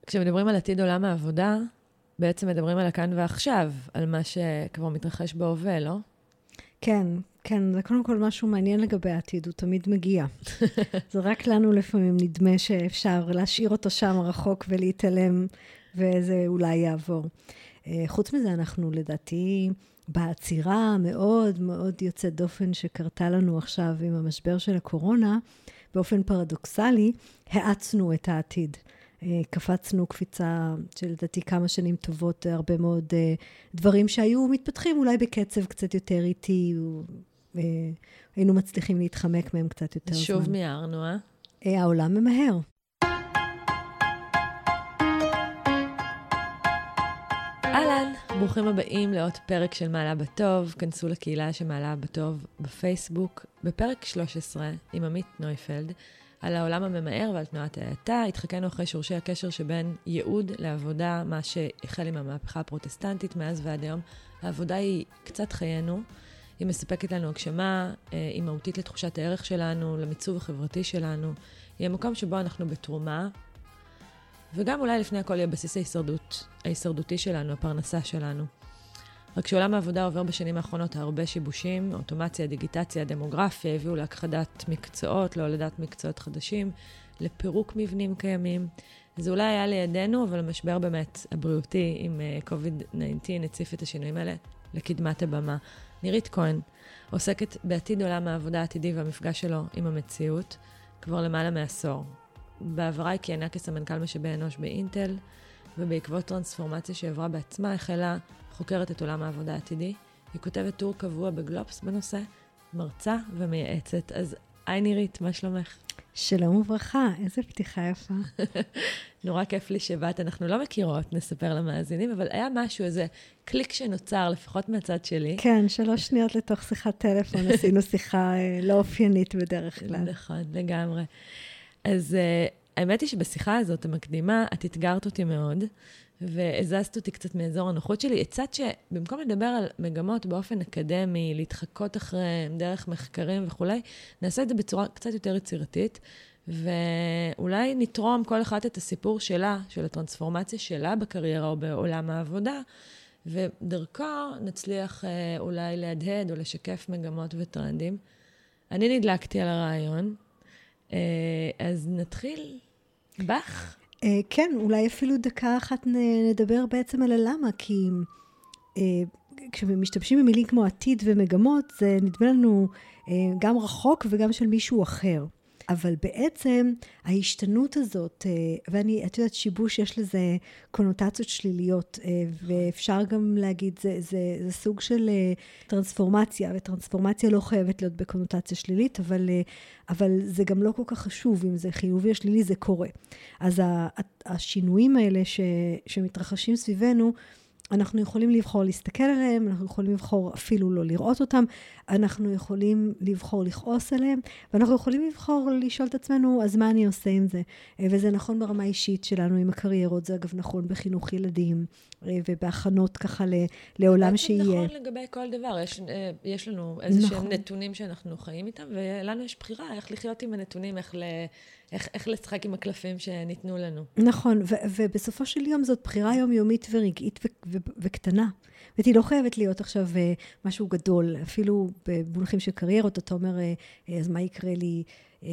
כשמדברים על עתיד עולם העבודה, בעצם מדברים על הכאן ועכשיו, על מה שכבר מתרחש בהווה, לא? כן, כן, זה קודם כל משהו מעניין לגבי העתיד, הוא תמיד מגיע. זה רק לנו לפעמים נדמה שאפשר להשאיר אותו שם רחוק ולהתעלם, וזה אולי יעבור. חוץ מזה, אנחנו לדעתי בעצירה מאוד מאוד יוצאת דופן שקרתה לנו עכשיו עם המשבר של הקורונה, באופן פרדוקסלי, האצנו את העתיד. קפצנו קפיצה שלדעתי כמה שנים טובות, הרבה מאוד דברים שהיו מתפתחים אולי בקצב קצת יותר איטי, היינו מצליחים להתחמק מהם קצת יותר זמן. שוב מיהרנו, העולם ממהר. אהלן, ברוכים הבאים לעוד פרק של מעלה בטוב. כנסו לקהילה שמעלה בטוב בפייסבוק. בפרק 13 עם עמית נויפלד, על העולם הממהר ועל תנועת ההאטה, התחכנו אחרי שורשי הקשר שבין ייעוד לעבודה, מה שהחל עם המהפכה הפרוטסטנטית מאז ועד היום. העבודה היא קצת חיינו, היא מספקת לנו הגשמה, היא מהותית לתחושת הערך שלנו, למיצוב החברתי שלנו, היא המקום שבו אנחנו בתרומה, וגם אולי לפני הכל היא הבסיס ההישרדותי שלנו, הפרנסה שלנו. רק שעולם העבודה עובר בשנים האחרונות הרבה שיבושים, אוטומציה, דיגיטציה, דמוגרפיה, הביאו להכחדת מקצועות, להולדת מקצועות חדשים, לפירוק מבנים קיימים. זה אולי היה לידינו, אבל המשבר באמת הבריאותי עם COVID-19 הציף את השינויים האלה לקדמת הבמה. נירית כהן עוסקת בעתיד עולם העבודה העתידי והמפגש שלו עם המציאות כבר למעלה מעשור. בעברה היא כיהנה כסמנכ"ל משאבי אנוש באינטל, ובעקבות טרנספורמציה שעברה בעצמה החלה חוקרת את עולם העבודה העתידי. היא כותבת טור קבוע בגלובס בנושא, מרצה ומייעצת. אז היי נירית, מה שלומך? שלום וברכה, איזה פתיחה יפה. נורא כיף לי שבאת, אנחנו לא מכירות, נספר למאזינים, אבל היה משהו, איזה קליק שנוצר, לפחות מהצד שלי. כן, 3 שניות לתוך שיחת טלפון, עשינו שיחה לא אופיינית בדרך כלל. נכון, לגמרי. אז האמת היא שבשיחה הזאת, המקדימה, את התגרת אותי מאוד, והזזת אותי קצת מאזור הנוחות שלי. הצעת שבמקום לדבר על מגמות באופן אקדמי, להתחקות אחריהם, דרך מחקרים וכולי, נעשה את זה בצורה קצת יותר יצירתית, ואולי נתרום כל אחת את הסיפור שלה, של הטרנספורמציה שלה בקריירה או בעולם העבודה, ודרכו נצליח אולי להדהד או לשקף מגמות וטרנדים. אני נדלקתי על הרעיון, אז נתחיל בך. כן, אולי אפילו דקה אחת נדבר בעצם על הלמה, כי כשמשתמשים במילים כמו עתיד ומגמות, זה נדמה לנו גם רחוק וגם של מישהו אחר. אבל בעצם ההשתנות הזאת, את יודעת, שיבוש יש לזה קונוטציות שליליות, ואפשר גם להגיד, זה סוג של טרנספורמציה, וטרנספורמציה לא חייבת להיות בקונוטציה שלילית, אבל זה גם לא כל כך חשוב, אם זה חיובי או שלילי, זה קורה. אז השינויים האלה שמתרחשים סביבנו, אנחנו יכולים לבחור להסתכל עליהם, אנחנו יכולים לבחור אפילו לא לראות אותם, אנחנו יכולים לבחור לכעוס עליהם, ואנחנו יכולים לבחור לשאול את עצמנו, אז מה אני עושה עם זה? וזה נכון ברמה האישית שלנו עם הקריירות, זה אגב נכון בחינוך ילדים, ובהכנות ככה לעולם שיהיה. נכון לגבי כל דבר, יש לנו איזשהם נתונים שאנחנו חיים איתם, ולנו יש בחירה איך לחיות עם הנתונים, איך לשחק עם הקלפים שניתנו לנו. נכון, ובסופו של יום זאת בחירה יומיומית ורגעית וקטנה. והיא לא חייבת להיות עכשיו משהו גדול, אפילו במונחים של קריירות, אתה אומר, אז מה יקרה לי?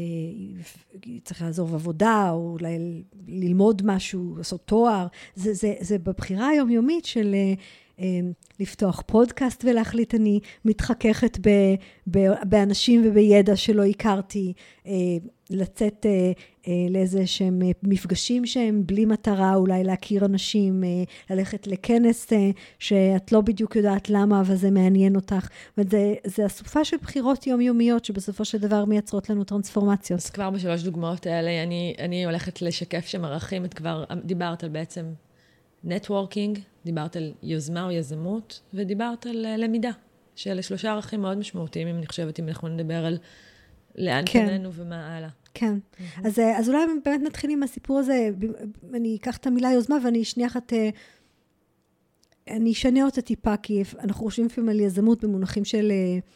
צריך לעזוב עבודה, או אולי ללמוד משהו, לעשות תואר. זה בבחירה היומיומית של לפתוח פודקאסט ולהחליט אני מתחככת באנשים ובידע שלא הכרתי, לצאת לאיזה שהם מפגשים שהם בלי מטרה, אולי להכיר אנשים, ללכת לכנס שאת לא בדיוק יודעת למה, אבל זה מעניין אותך. וזה אסופה של בחירות יומיומיות שבסופו של דבר מייצרות לנו טרנספורמציות. אז כבר ב3 דוגמאות האלה, אני הולכת לשקף שמערכים, את כבר דיברת על בעצם נטוורקינג, דיברת על יוזמה או יזמות, ודיברת על למידה, שאלה 3 ערכים מאוד משמעותיים, אם אני חושבת, אם אנחנו נדבר על לאן פנינו ומה הלאה. כן. אז אולי באמת נתחיל עם הסיפור הזה, אני אקח את המילה יוזמה, ואני שנייה אחת, אני אשנה אותה טיפה, כי אנחנו חושבים לפעמים על יזמות במונחים של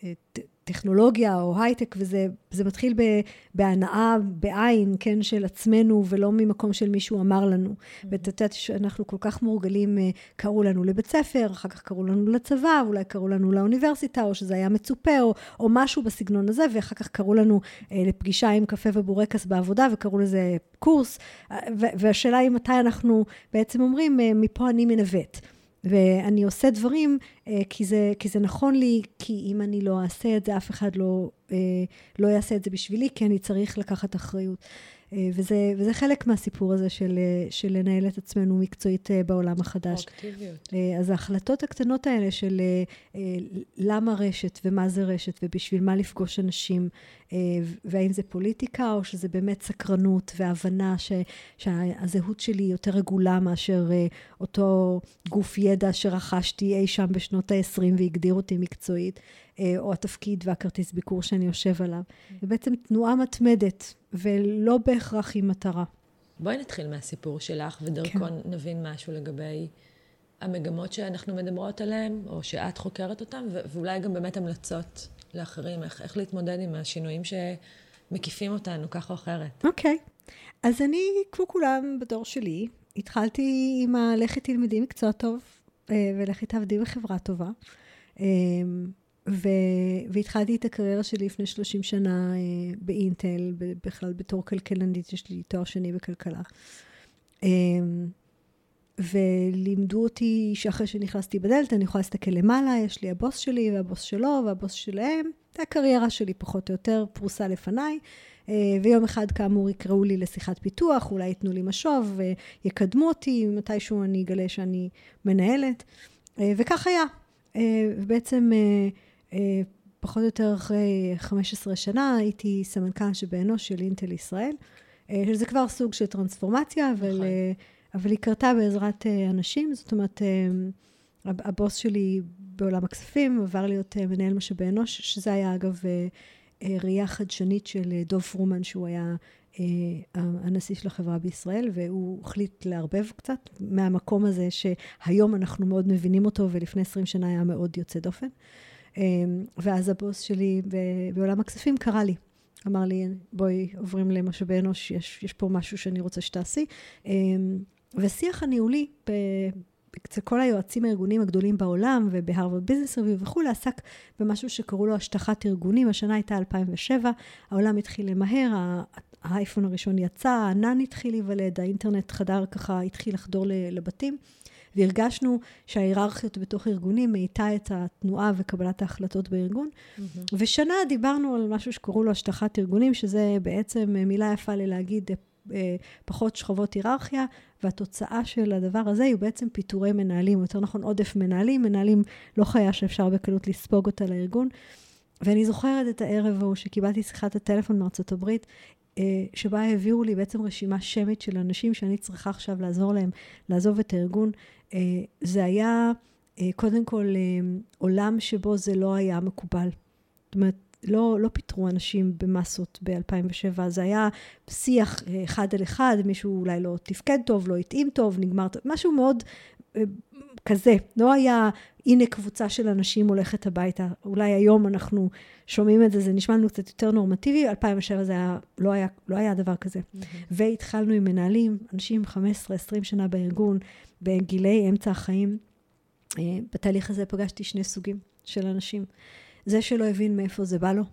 טכנולוגיה או הייטק, וזה מתחיל בהנאה בעין, כן, של עצמנו, ולא ממקום של מישהו אמר לנו. ואת יודעת שאנחנו כל כך מורגלים, קראו לנו לבית ספר, אחר כך קראו לנו לצבא, אולי קראו לנו לאוניברסיטה, או שזה היה מצופה, או משהו בסגנון הזה, ואחר כך קראו לנו לפגישה עם קפה ובורקס בעבודה, וקראו לזה קורס, והשאלה היא מתי אנחנו בעצם אומרים, מפה אני מנווט. ואני עושה דברים כי זה נכון לי, כי אם אני לא אעשה את זה, אף אחד לא יעשה את זה בשבילי, כי אני צריך לקחת אחריות. וזה חלק מהסיפור הזה של לנהל את עצמנו מקצועית בעולם החדש. פרואקטיביות. אז ההחלטות הקטנות האלה של למה רשת ומה זה רשת ובשביל מה לפגוש אנשים, והאם זה פוליטיקה או שזה באמת סקרנות והבנה שהזהות שלי יותר רגולה מאשר אותו גוף ידע שרכשתי אי שם בשנות ה-20 והגדיר אותי מקצועית, או התפקיד והכרטיס ביקור שאני יושב עליו. ובעצם תנועה מתמדת ולא בהכרח עם מטרה. בואי נתחיל מהסיפור שלך ודרכו נבין משהו לגבי המגמות שאנחנו מדברות עליהן, או שאת חוקרת אותן, ואולי גם באמת המלצות לאחרים, איך להתמודד עם השינויים שמקיפים אותנו כך או אחרת. אוקיי. אז אני, כמו כולם בדור שלי, התחלתי עם הלכת תלמדי מקצוע טוב, ולכת תעבדי בחברה טובה. והתחלתי את הקריירה שלי לפני 30 שנה באינטל, בכלל בתור כלכלנית, יש לי תואר שני בכלכלה. ולימדו אותי שאחרי שנכנסתי בדלת, אני יכולה להסתכל למעלה, יש לי הבוס שלי והבוס שלו והבוס שלהם. זה הקריירה שלי פחות או יותר פרוסה לפניי. ויום אחד כאמור יקראו לי לשיחת פיתוח, אולי ייתנו לי משוב, ויקדמו אותי, מתישהו אני אגלה שאני מנהלת. וכך היה. ובעצם פחות או יותר אחרי 15 שנה הייתי סמנכ"ל שבאנוש של אינטל ישראל, שזה כבר סוג של טרנספורמציה, אבל היא קרתה בעזרת אנשים. זאת אומרת, הבוס שלי בעולם הכספים עבר להיות מנהל משאבי אנוש, שזה היה אגב ראייה חדשנית של דוב פרומן, שהוא היה הנשיא של החברה בישראל, והוא החליט לערבב קצת מהמקום הזה שהיום אנחנו מאוד מבינים אותו, ולפני 20 שנה היה מאוד יוצא דופן. ואז הבוס שלי בעולם הכספים קרא לי. אמר לי, בואי עוברים למשאבי אנוש, יש פה משהו שאני רוצה שתעשי. ושיח הניהולי אצל כל היועצים הארגוניים הגדולים בעולם, ובהרווארד ביזנס ריוויו וכו', עסק במשהו שקראו לו השטחת ארגונים. השנה הייתה 2007, העולם התחיל למהר, האייפון הראשון יצא, הענן התחיל להיוולד, האינטרנט חדר ככה, התחיל לחדור לבתים, והרגשנו שההיררכיות בתוך ארגונים מאיתה את התנועה וקבלת ההחלטות בארגון. ושנה דיברנו על משהו שקראו לו השטחת ארגונים, שזה בעצם מילה יפה להגיד פחות שכבות היררכיה, והתוצאה של הדבר הזה היא בעצם פיטורי מנהלים, או יותר נכון עודף מנהלים, מנהלים לא חיה שאפשר בקלות לספוג אותה לארגון. ואני זוכרת את הערב ההוא שקיבלתי שיחת הטלפון מארצות הברית, שבה העבירו לי בעצם רשימה שמית של אנשים שאני צריכה עכשיו לעזור להם לעזוב את הארגון. זה היה קודם כל עולם שבו זה לא היה מקובל. זאת אומרת, לא פיתרו אנשים במסות ב-2007, זה היה שיח אחד על אחד, מישהו אולי לא תפקד טוב, לא התאים טוב, נגמר טוב, משהו מאוד כזה. לא היה, הנה קבוצה של אנשים הולכת הביתה. אולי היום אנחנו שומעים את זה, זה נשמע לנו קצת יותר נורמטיבי, 2007 זה היה, לא היה דבר כזה. והתחלנו עם מנהלים, אנשים 15-20 שנה בארגון, בגילי אמצע החיים. בתהליך הזה פגשתי שני סוגים של אנשים. זה שלא הבין מאיפה זה בא לו,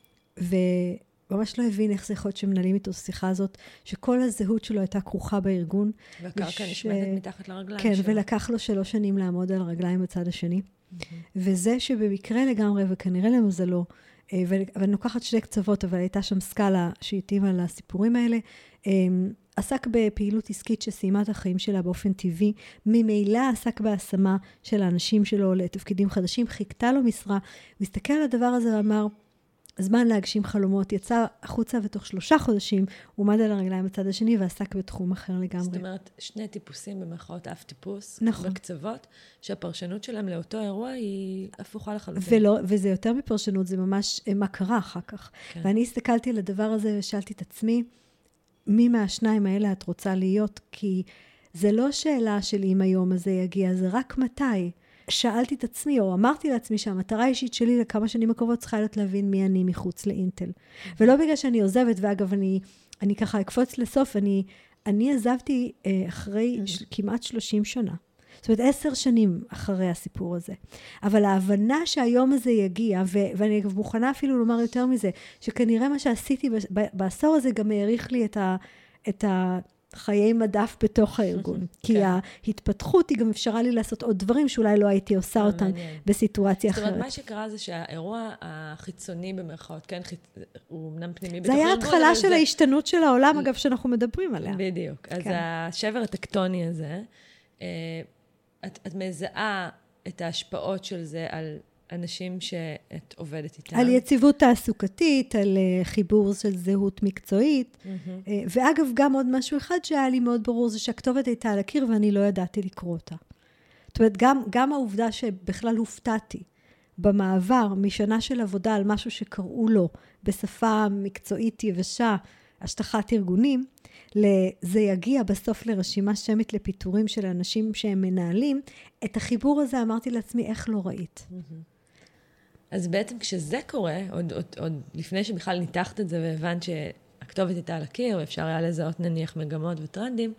וממש לא הבין איך זה יכול להיות שמנהלים איתו שיחה הזאת, שכל הזהות שלו הייתה כרוכה בארגון. והקרקע נשמטת מתחת לרגליים כן, שלו. ולקח לו 3 שנים לעמוד על הרגליים בצד השני. וזה שבמקרה לגמרי, וכנראה למזלו, ואני לוקחת 2 קצוות, אבל הייתה שם סקאלה שהתאימה לסיפורים האלה, עסק בפעילות עסקית שסיימה את החיים שלה באופן טבעי, ממילא עסק בהשמה של האנשים שלו לתפקידים חדשים, חיכתה לו משרה, הוא הסתכל על הדבר הזה ואמר, זמן להגשים חלומות, יצא החוצה ותוך 3 חודשים, הוא עמד על הרגליים בצד השני ועסק בתחום אחר לגמרי. זאת אומרת, 2 טיפוסים במרכאות אף טיפוס, נכון. בקצוות, שהפרשנות שלהם לאותו אירוע היא הפוכה לחלוטין. וזה יותר מפרשנות, זה ממש מה קרה אחר כך. כן. ואני הסתכלתי על הדבר הזה ושאלתי את עצמי, מי מהשניים האלה את רוצה להיות? כי זה לא שאלה של אם היום הזה יגיע, זה רק מתי. שאלתי את עצמי, או אמרתי לעצמי שהמטרה האישית שלי לכמה שנים הקרובות צריכה להיות להבין מי אני מחוץ לאינטל. ולא בגלל שאני עוזבת, ואגב, אני ככה אקפוץ לסוף, אני עזבתי אחרי כמעט 30 שנה. זאת אומרת, 10 שנים אחרי הסיפור הזה. אבל ההבנה שהיום הזה יגיע, ואני מוכנה אפילו לומר יותר מזה, שכנראה מה שעשיתי בעשור הזה גם העריך לי את חיי מדף בתוך הארגון. כי ההתפתחות היא גם אפשרה לי לעשות עוד דברים שאולי לא הייתי עושה אותם בסיטואציה אחרת. זאת אומרת, מה שקרה זה שהאירוע החיצוני במרכאות, כן, הוא אמנם פנימי בתוך זה הארגון. היה התחלה של ההשתנות של העולם, אגב, שאנחנו מדברים עליה. בדיוק. אז השבר הטקטוני הזה, את מזהה את ההשפעות של זה על אנשים שאת עובדת איתם. על יציבות תעסוקתית, על חיבור של זהות מקצועית. ואגב, גם עוד משהו אחד שהיה לי מאוד ברור, זה שהכתובת הייתה על הקיר ואני לא ידעתי לקרוא אותה. זאת אומרת, גם העובדה שבכלל הופתעתי במעבר משנה של עבודה על משהו שקראו לו בשפה מקצועית יבשה, השטחת ארגונים, זה יגיע בסוף לרשימה שמית לפיטורים של אנשים שהם מנהלים. את החיבור הזה אמרתי לעצמי, איך לא ראית? אז בעצם כשזה קורה, עוד לפני שבכלל ניתחת את זה והבנת שהכתובת הייתה על הקיר, ואפשר היה לזהות נניח מגמות וטרנדים,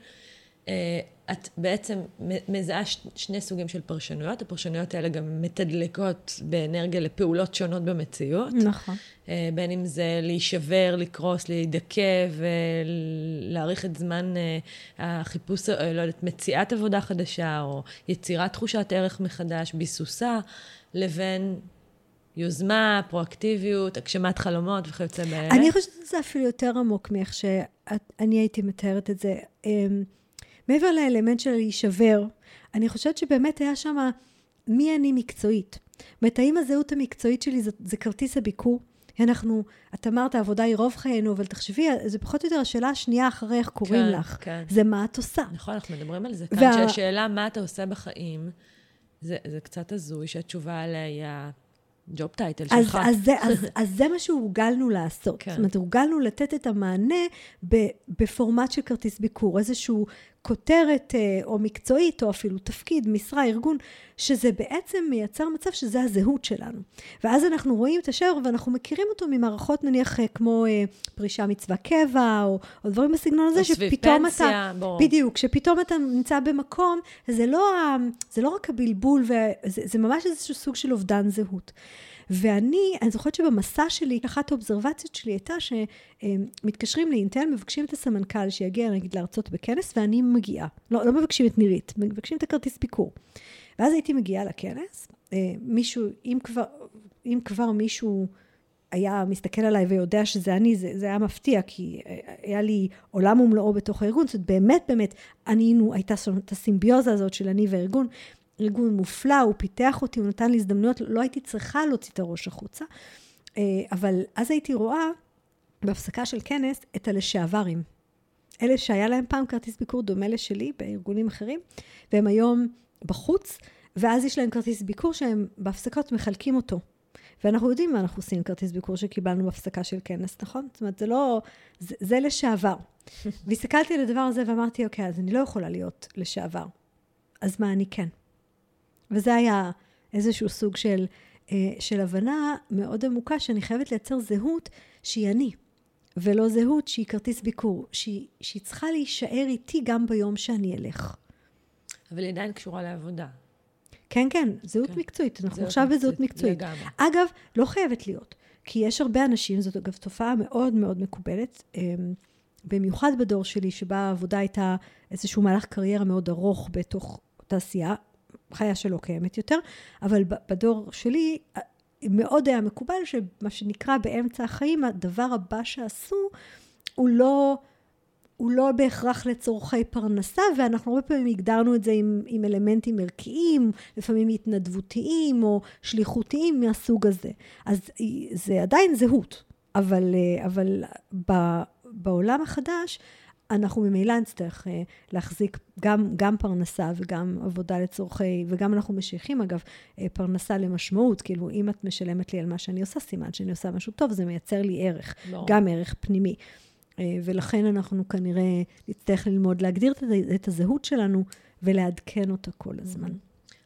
את בעצם מזהה שני סוגים של פרשנויות. הפרשנויות האלה גם מתדלקות באנרגיה לפעולות שונות במציאות. נכון. בין אם זה להישבר, לקרוס, להידכא ולהאריך את זמן החיפוש, לא יודעת, מציאת עבודה חדשה, או יצירת תחושת ערך מחדש, ביסוסה, לבין יוזמה, פרואקטיביות, הגשמת חלומות וכיוצא באלה. אני חושבת שזה אפילו יותר עמוק מאיך שאני הייתי מתארת את זה. מעבר לאלמנט של להישבר, אני חושבת שבאמת היה שם מי אני מקצועית. האם הזהות המקצועית שלי זה כרטיס הביקור? את אמרת, העבודה היא רוב חיינו, אבל תחשבי, זה פחות או יותר השאלה השנייה אחרי איך קוראים לך. כן. זה מה את עושה. נכון, אנחנו מדברים על זה. כאן שהשאלה מה אתה עושה בחיים, זה קצת הזוי, שהתשובה עליה היא הג'וב טייטל שלך. אז זה מה שהורגלנו לעשות. כן. זאת אומרת, הורגלנו לתת את המענה בפורמט של כרטיס ביקור, איזשהו כותרת או מקצועית, או אפילו תפקיד, משרה, ארגון, שזה בעצם מייצר מצב שזה הזהות שלנו. ואז אנחנו רואים את השבר, ואנחנו מכירים אותו ממערכות נניח כמו פרישה מצווה קבע, או דברים בסגנון הזה, שפתאום פנסיה, בדיוק, שפתאום אתה נמצא במקום, זה לא רק הבלבול, זה ממש איזשהו סוג של אובדן זהות. ואני זוכרת שבמסע שלי, אחת האובזרבציות שלי הייתה שמתקשרים לאינטל, מבקשים את הסמנכ"ל שיגיע, נגיד, להרצות בכנס, ואני מגיעה. לא מבקשים את נירית, מבקשים את הכרטיס ביקור. ואז הייתי מגיעה לכנס, אם כבר מישהו היה מסתכל עליי ויודע שזה אני, זה היה מפתיע, כי היה לי עולם ומלואו בתוך הארגון, זאת אומרת, באמת, הייתה את הסימביוזה הזאת של אני והארגון, ארגון מופלא, הוא פיתח אותי, הוא נתן לי הזדמנויות, לא הייתי צריכה להוציא את הראש החוצה, אבל אז הייתי רואה בהפסקה של כנס את הלשעברים. אלה שהיה להם פעם כרטיס ביקור דומה לשלי בארגונים אחרים, והם היום בחוץ, ואז יש להם כרטיס ביקור שהם בהפסקות מחלקים אותו. ואנחנו יודעים מה אנחנו עושים כרטיס ביקור שקיבלנו בהפסקה של כנס, נכון? זאת אומרת, זה לשעבר. והסתכלתי על הדבר הזה ואמרתי, אוקיי, אז אני לא יכולה להיות לשעבר. אז מה אני כן? וזה היה איזשהו סוג של הבנה מאוד עמוקה, שאני חייבת לייצר זהות שהיא אני, ולא זהות שהיא כרטיס ביקור, שהיא צריכה להישאר איתי גם ביום שאני אלך. אבל היא עדיין קשורה לעבודה. כן, זהות מקצועית. אנחנו עכשיו בזהות מקצועית. אגב, לא חייבת להיות, כי יש הרבה אנשים, זאת אגב תופעה מאוד מאוד מקובלת, במיוחד בדור שלי, שבה העבודה הייתה איזשהו מהלך קריירה מאוד ארוך בתוך תעשייה, חיה שלא קיימת יותר, אבל בדור שלי מאוד היה מקובל שמה שנקרא באמצע החיים, הדבר הבא שעשו הוא לא בהכרח לצורכי פרנסה, ואנחנו הרבה פעמים הגדרנו את זה עם אלמנטים ערכיים, לפעמים התנדבותיים או שליחותיים מהסוג הזה. אז זה עדיין זהות, אבל בעולם החדש, אנחנו ממילא נצטרך להחזיק גם פרנסה וגם עבודה לצורכי, וגם אנחנו משייכים אגב פרנסה למשמעות, כאילו אם את משלמת לי על מה שאני עושה, סימן שאני עושה משהו טוב, זה מייצר לי ערך, גם ערך פנימי. ולכן אנחנו כנראה נצטרך ללמוד להגדיר את הזהות שלנו ולעדכן אותה כל הזמן.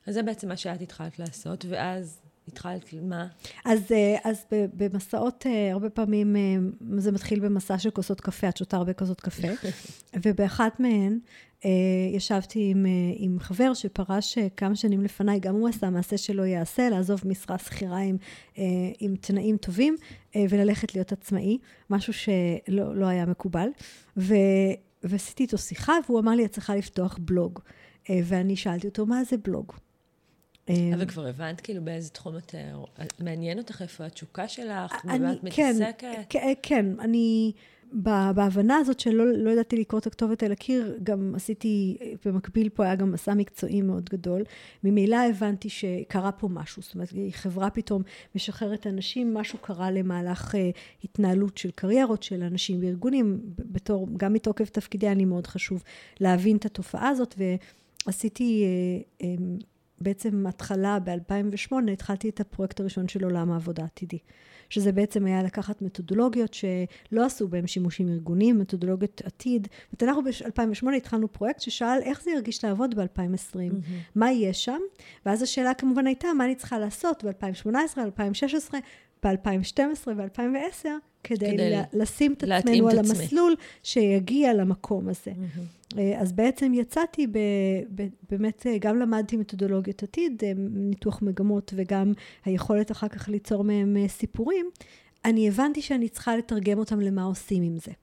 אז זה בעצם מה שאת התחלת לעשות, ואז התחלת מה? אז במסעות, הרבה פעמים זה מתחיל במסע של כוסות קפה, את שותה הרבה כוסות קפה, ובאחת מהן ישבתי עם חבר שפרש כמה שנים לפניי, גם הוא עשה מעשה שלא יעשה, לעזוב משרה שכירה עם תנאים טובים, וללכת להיות עצמאי, משהו שלא היה מקובל, ועשיתי איתו שיחה, והוא אמר לי, את צריכה לפתוח בלוג, ואני שאלתי אותו, מה זה בלוג? אבל כבר הבנת כאילו באיזה תחום את מעניין אותך, איפה התשוקה שלך, ומה את מתעסקת? כן, אני בהבנה הזאת שלא ידעתי לקרוא את הכתובת אל הקיר, גם עשיתי, במקביל פה היה גם מסע מקצועי מאוד גדול, ממילא הבנתי שקרה פה משהו, זאת אומרת, חברה פתאום משחררת אנשים, משהו קרה למהלך התנהלות של קריירות של אנשים וארגונים, גם מתוקף תפקידי אני מאוד חשוב להבין את התופעה הזאת, ועשיתי בעצם התחלה ב-2008, התחלתי את הפרויקט הראשון של עולם העבודה העתידי. שזה בעצם היה לקחת מתודולוגיות שלא עשו בהם שימושים ארגוניים, מתודולוגיות עתיד. אנחנו ב-2008 התחלנו פרויקט ששאל איך זה ירגיש לעבוד ב-2020, מה יהיה שם, ואז השאלה כמובן הייתה, מה אני צריכה לעשות ב-2018, 2016, ב-2012 ו-2010, כדי לשים את עצמנו על המסלול שיגיע למקום הזה. אז בעצם יצאתי, באמת גם למדתי מתודולוגיות עתיד, ניתוח מגמות וגם היכולת אחר כך ליצור מהם סיפורים, אני הבנתי שאני צריכה לתרגם אותם למה עושים עם זה.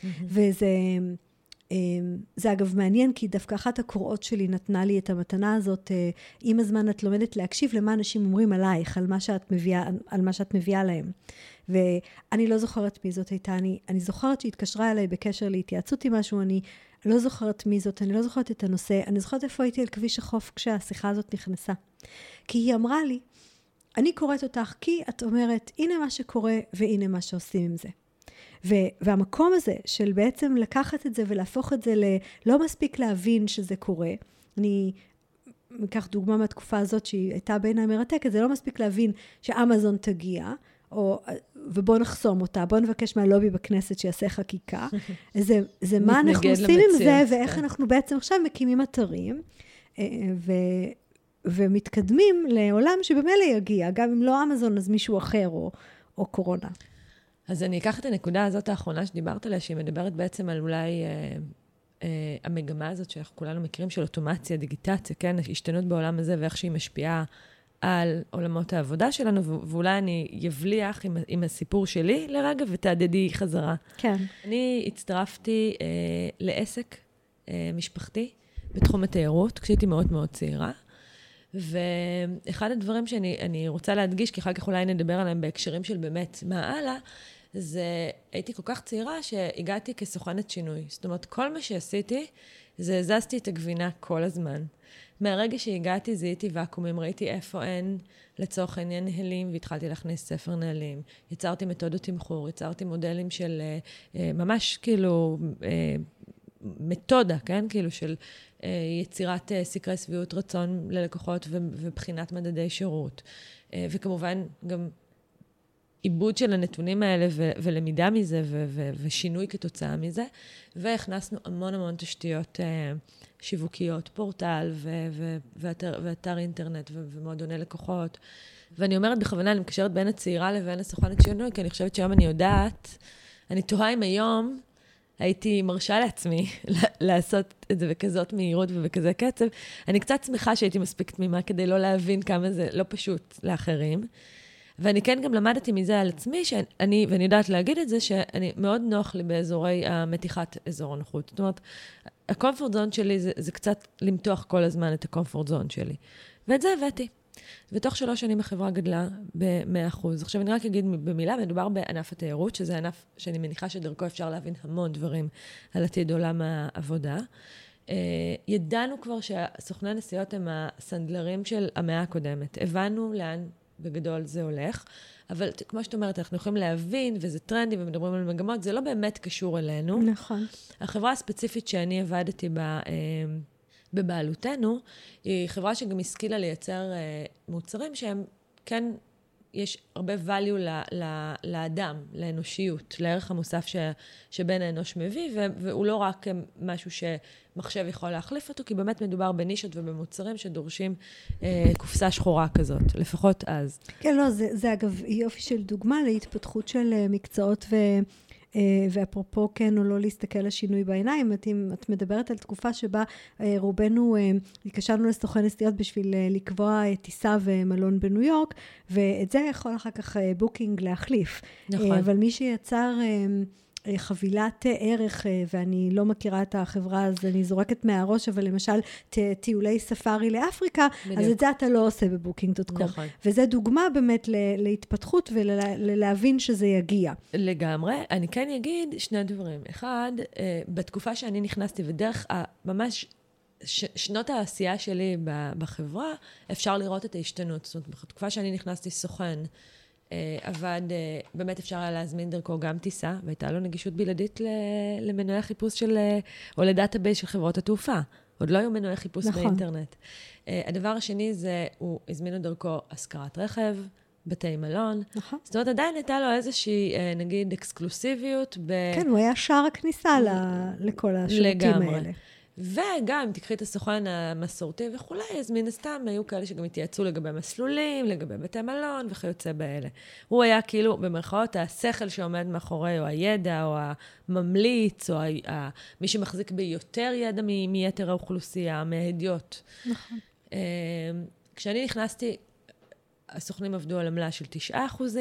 זה אגב מעניין, כי דווקא אחת הקוראות שלי נתנה לי את המתנה הזאת, עם הזמן את לומדת להקשיב למה אנשים אומרים עלייך, על מה שאת מביאה להם. ואני לא זוכרת מי זאת הייתה, אני זוכרת שהתקשרה אליי בקשר להתייעצות עם משהו, אני לא זוכרת מי זאת, אני לא זוכרת את הנושא, אני זוכרת איפה הייתי על כביש החוף כשהשיחה הזאת נכנסה. כי היא אמרה לי, אני קוראת אותך כי את אומרת, הנה מה שקורה והנה מה שעושים עם זה. והמקום הזה של בעצם לקחת את זה ולהפוך את זה לא מספיק להבין שזה קורה. אני אקח דוגמה מהתקופה הזאת שהיא הייתה בעיניי מרתקת, זה לא מספיק להבין שאמזון תגיע, ובוא נחסום אותה, בוא נבקש מהלובי בכנסת שיעשה חקיקה. זה מה אנחנו עושים עם זה, ואיך אנחנו בעצם עכשיו מקימים אתרים, ומתקדמים לעולם שבמילא יגיע, גם אם לא אמזון אז מישהו אחר או קורונה. אז אני אקח את הנקודה הזאת האחרונה שדיברת עליה, שהיא מדברת בעצם על אולי המגמה הזאת שאנחנו כולנו מכירים של אוטומציה, דיגיטציה, כן? השתנות בעולם הזה ואיך שהיא משפיעה על עולמות העבודה שלנו, ואולי אני יבליח עם הסיפור שלי לרגע ותעדדי חזרה. כן. אני הצטרפתי לעסק משפחתי בתחום התיירות, כשהייתי מאוד מאוד צעירה, ואחד הדברים שאני רוצה להדגיש, כי אחר כך אולי נדבר עליהם בהקשרים של באמת מה הלאה, זה הייתי כל כך צעירה שהגעתי כסוכנת שינוי. זאת אומרת, כל מה שעשיתי, זה הזזתי את הגבינה כל הזמן. מהרגע שהגעתי, זיהיתי ואקומים, ראיתי איפה אין לצורך העניין נהלים, והתחלתי להכניס ספר נהלים. יצרתי מתודות תמחור, יצרתי מודלים של ממש כאילו מתודה, כן? כאילו של יצירת סקרי שביעות רצון ללקוחות ובחינת מדדי שירות. וכמובן גם עיבוד של הנתונים האלה ולמידה מזה ושינוי כתוצאה מזה. והכנסנו המון המון תשתיות שיווקיות, פורטל ואתר אינטרנט ומועדוני לקוחות. ואני אומרת בכוונה, אני מקשרת בין הצעירה לבין הסוכנת שינוי, כי אני חושבת שהיום אני יודעת, אני תוהה אם היום הייתי מרשה לעצמי לעשות את זה בכזאת מהירות ובכזה קצב. אני קצת שמחה שהייתי מספיק תמימה כדי לא להבין כמה זה לא פשוט לאחרים. ואני כן גם למדתי מזה על עצמי, ואני יודעת להגיד את זה, שאני מאוד נוח לי באזורי המתיחת אזור הנוחות. זאת אומרת, הקומפורט זון שלי זה קצת למתוח כל הזמן את הקומפורט זון שלי. ואת זה הבאתי. ותוך 3 שנים החברה גדלה ב100%. עכשיו אני רק אגיד במילה, מדובר בענף התיירות, שזה ענף שאני מניחה שדרכו אפשר להבין המון דברים על עתיד עולם העבודה. ידענו כבר שהסוכני הנסיעות הם הסנדלרים של המאה הקודמת. הבנו לאן בגדול זה הולך, אבל כמו שאת אומרת, אנחנו יכולים להבין, וזה טרנדי ומדברים על מגמות, זה לא באמת קשור אלינו. נכון. החברה הספציפית שאני עבדתי בבעלותנו, היא חברה שגם השכילה לייצר מוצרים שהם כן יש הרבה value לאדם, לאנושיות, לערך המוסף שבן האנוש מביא, והוא לא רק משהו שמחשב יכול להחליף אותו, כי באמת מדובר בנישות ובמוצרים שדורשים קופסה שחורה כזאת, לפחות אז. כן, לא, זה אגב יופי של דוגמה להתפתחות של מקצועות ואפרופו כן או לא להסתכל לשינוי בעיניים, את מדברת על תקופה שבה רובנו התקשרנו לסוכן נסיעות בשביל לקבוע טיסה ומלון בניו יורק, ואת זה יכול אחר כך בוקינג להחליף. נכון. אבל מי שיצר חבילת ערך, ואני לא מכירה את החברה, אז אני זורקת מהראש, אבל למשל טיולי ספארי לאפריקה, בדיוק. אז את זה אתה לא עושה בבוקינג.com. נכון. וזה דוגמה באמת להתפתחות ולהבין שזה יגיע. לגמרי. אני כן אגיד שני דברים. אחד, בתקופה שאני נכנסתי, ודרך ממש שנות העשייה שלי בחברה, אפשר לראות את ההשתנות. זאת אומרת, בתקופה שאני נכנסתי סוכן, עבד, באמת אפשר היה להזמין דרכו גם טיסה, והייתה לו נגישות בלעדית למנועי חיפוש או לדאטאבייס של חברות התעופה. עוד לא היו מנועי חיפוש נכון. באינטרנט. הדבר השני זה, הוא הזמינו דרכו השכרת רכב, בתי מלון. נכון. זאת אומרת, עדיין הייתה לו איזושהי, נגיד, אקסקלוסיביות. כן, הוא היה שער הכניסה לכל השירותים האלה. וגם, אם תקחי את הסוכן המסורתי וכולי, אז מן הסתם היו כאלה שגם התייעצו לגבי מסלולים, לגבי בתי מלון וכיוצא באלה. הוא היה כאילו, במרכאות, השכל שעומד מאחורי, או הידע, או הממליץ, או מי שמחזיק ביותר ידע מיתר האוכלוסייה, מההדיוט. נכון. כשאני נכנסתי, הסוכנים עבדו על עמלה של 9%,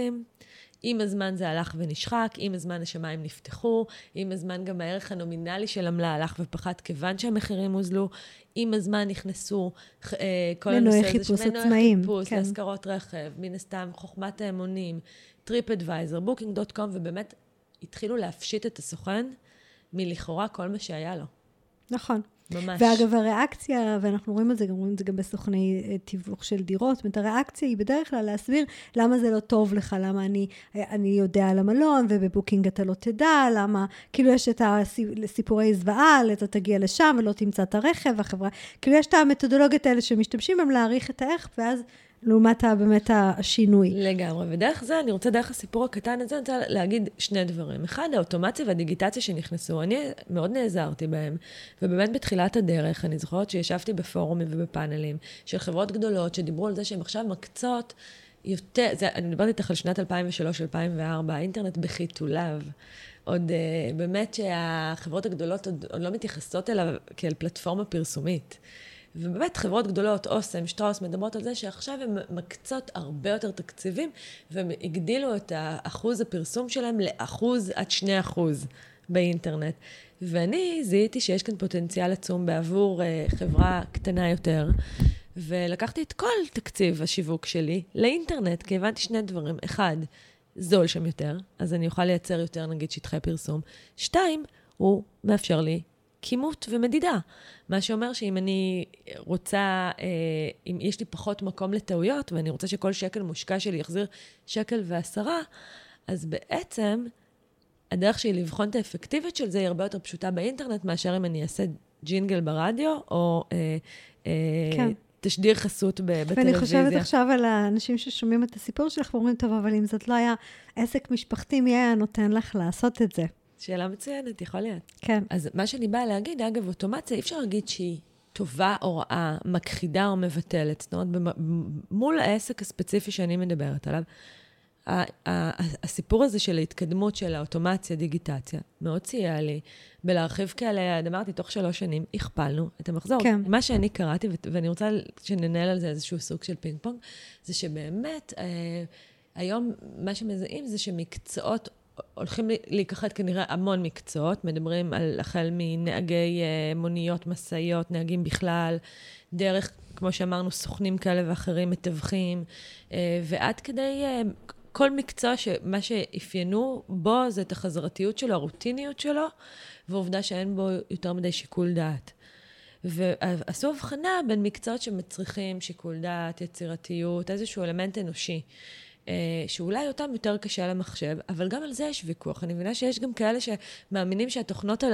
עם הזמן זה הלך ונשחק, עם הזמן השמיים נפתחו, עם הזמן גם הערך הנומינלי של עמלה הלך ופחת כיוון שהמחירים הוזלו, עם הזמן נכנסו כל הנושא הזה, מנועי חיפוש, להשכרות רכב, מן הסתם חוכמת האמונים, TripAdvisor, Booking.com, ובאמת התחילו להפשיט את הסוכן מלכאורה כל מה שהיה לו. נכון. ממש. ואגב, הריאקציה, ואנחנו רואים את זה, רואים את זה גם בסוכני תיווך של דירות, זאת אומרת, הריאקציה היא בדרך כלל להסביר למה זה לא טוב לך, למה אני יודע על המלון, ובבוקינג אתה לא תדע, למה, כאילו יש את הסיפורי זוועה, אתה תגיע לשם ולא תמצא את הרכב, החברה, כאילו יש את המתודולוגיות האלה שמשתמשים הם להעריך את הערך, ואז לעומת באמת השינוי. לגמרי, ודרך זה, אני רוצה דרך הסיפור הקטן הזה, אני רוצה להגיד שני דברים. אחד, האוטומציה והדיגיטציה שנכנסו, אני מאוד נעזרתי בהם, ובאמת בתחילת הדרך, אני זוכרת שישבתי בפורומים ובפאנלים של חברות גדולות, שדיברו על זה שהן עכשיו מקצות יותר, אני מדברת איתך על שנת 2003-2004, האינטרנט בחיתוליו, עוד באמת שהחברות הגדולות עוד לא מתייחסות אליו כאל פלטפורמה פרסומית. ובאמת חברות גדולות, אוסם, שטראוס, מדברות על זה שעכשיו הן מקצות הרבה יותר תקציבים, והם הגדילו את אחוז הפרסום שלהם ל1%-2% באינטרנט. ואני זיהיתי שיש כאן פוטנציאל עצום בעבור חברה קטנה יותר, ולקחתי את כל תקציב השיווק שלי לאינטרנט, כי הבנתי שני דברים. אחד, זול שם יותר, אז אני אוכל לייצר יותר, נגיד, שטחי פרסום. 2, הוא מאפשר לי כימות ומדידה. מה שאומר שאם אני רוצה, אם יש לי פחות מקום לטעויות, ואני רוצה שכל שקל מושקע שלי יחזיר 1.10 שקל, אז בעצם הדרך שלי לבחון את האפקטיביות של זה היא הרבה יותר פשוטה באינטרנט, מאשר אם אני אעשה ג'ינגל ברדיו, או כן. תשדיר חסות בטלוויזיה. ואני חושבת עכשיו על האנשים ששומעים את הסיפור שלך, ואומרים, טוב, אבל אם זאת לא היה עסק משפחתי, מי היה נותן לך לעשות את זה? שאלה מצוינת, יכול להיות. כן. אז מה שאני באה להגיד, אגב, אוטומציה, אי אפשר להגיד שהיא טובה או רעה, מכחידה או מבטלת. זאת אומרת, מול העסק הספציפי שאני מדברת עליו, הסיפור הזה של ההתקדמות של האוטומציה, דיגיטציה, מאוד סייע לי בלהרחיב כאלה, אמרתי, תוך 3 שנים, הכפלנו את המחזור. כן. מה שאני קראתי, ואני רוצה שננהל על זה איזשהו סוג של פינג פונג, זה שבאמת, היום מה שמזהים זה שמקצועות, הולכים להיקחת כנראה המון מקצועות, מדברים על החל מנהגי מוניות, מסעיות, נהגים בכלל, דרך, כמו שאמרנו, סוכנים כאלה ואחרים, מתווכים, ועד כדי כל מקצוע שמה שאפיינו בו זה את החזרתיות שלו, הרוטיניות שלו, ועובדה שאין בו יותר מדי שיקול דעת. ועשו הבחנה בין מקצועות שמצריכים שיקול דעת, יצירתיות, איזשהו אלמנט אנושי. שאולי אותם יותר קשה למחשב, אבל גם על זה יש ויכוח. אני מבינה שיש גם כאלה שמאמינים שהתוכנות,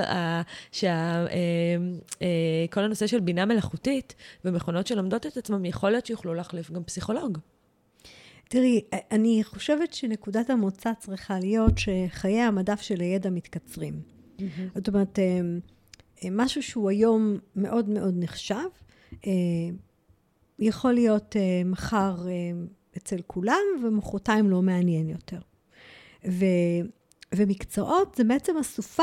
כל הנושא של בינה מלאכותית ומכונות שלומדות את עצמם, יכול להיות שיוכלו להחליף גם פסיכולוג. תראי, אני חושבת שנקודת המוצא צריכה להיות שחיי המדף של הידע מתקצרים. זאת אומרת, משהו שהוא היום מאוד מאוד נחשב, יכול להיות מחר אצל כולם, ומחרתיים לא מעניין יותר. ומקצועות זה בעצם הסופה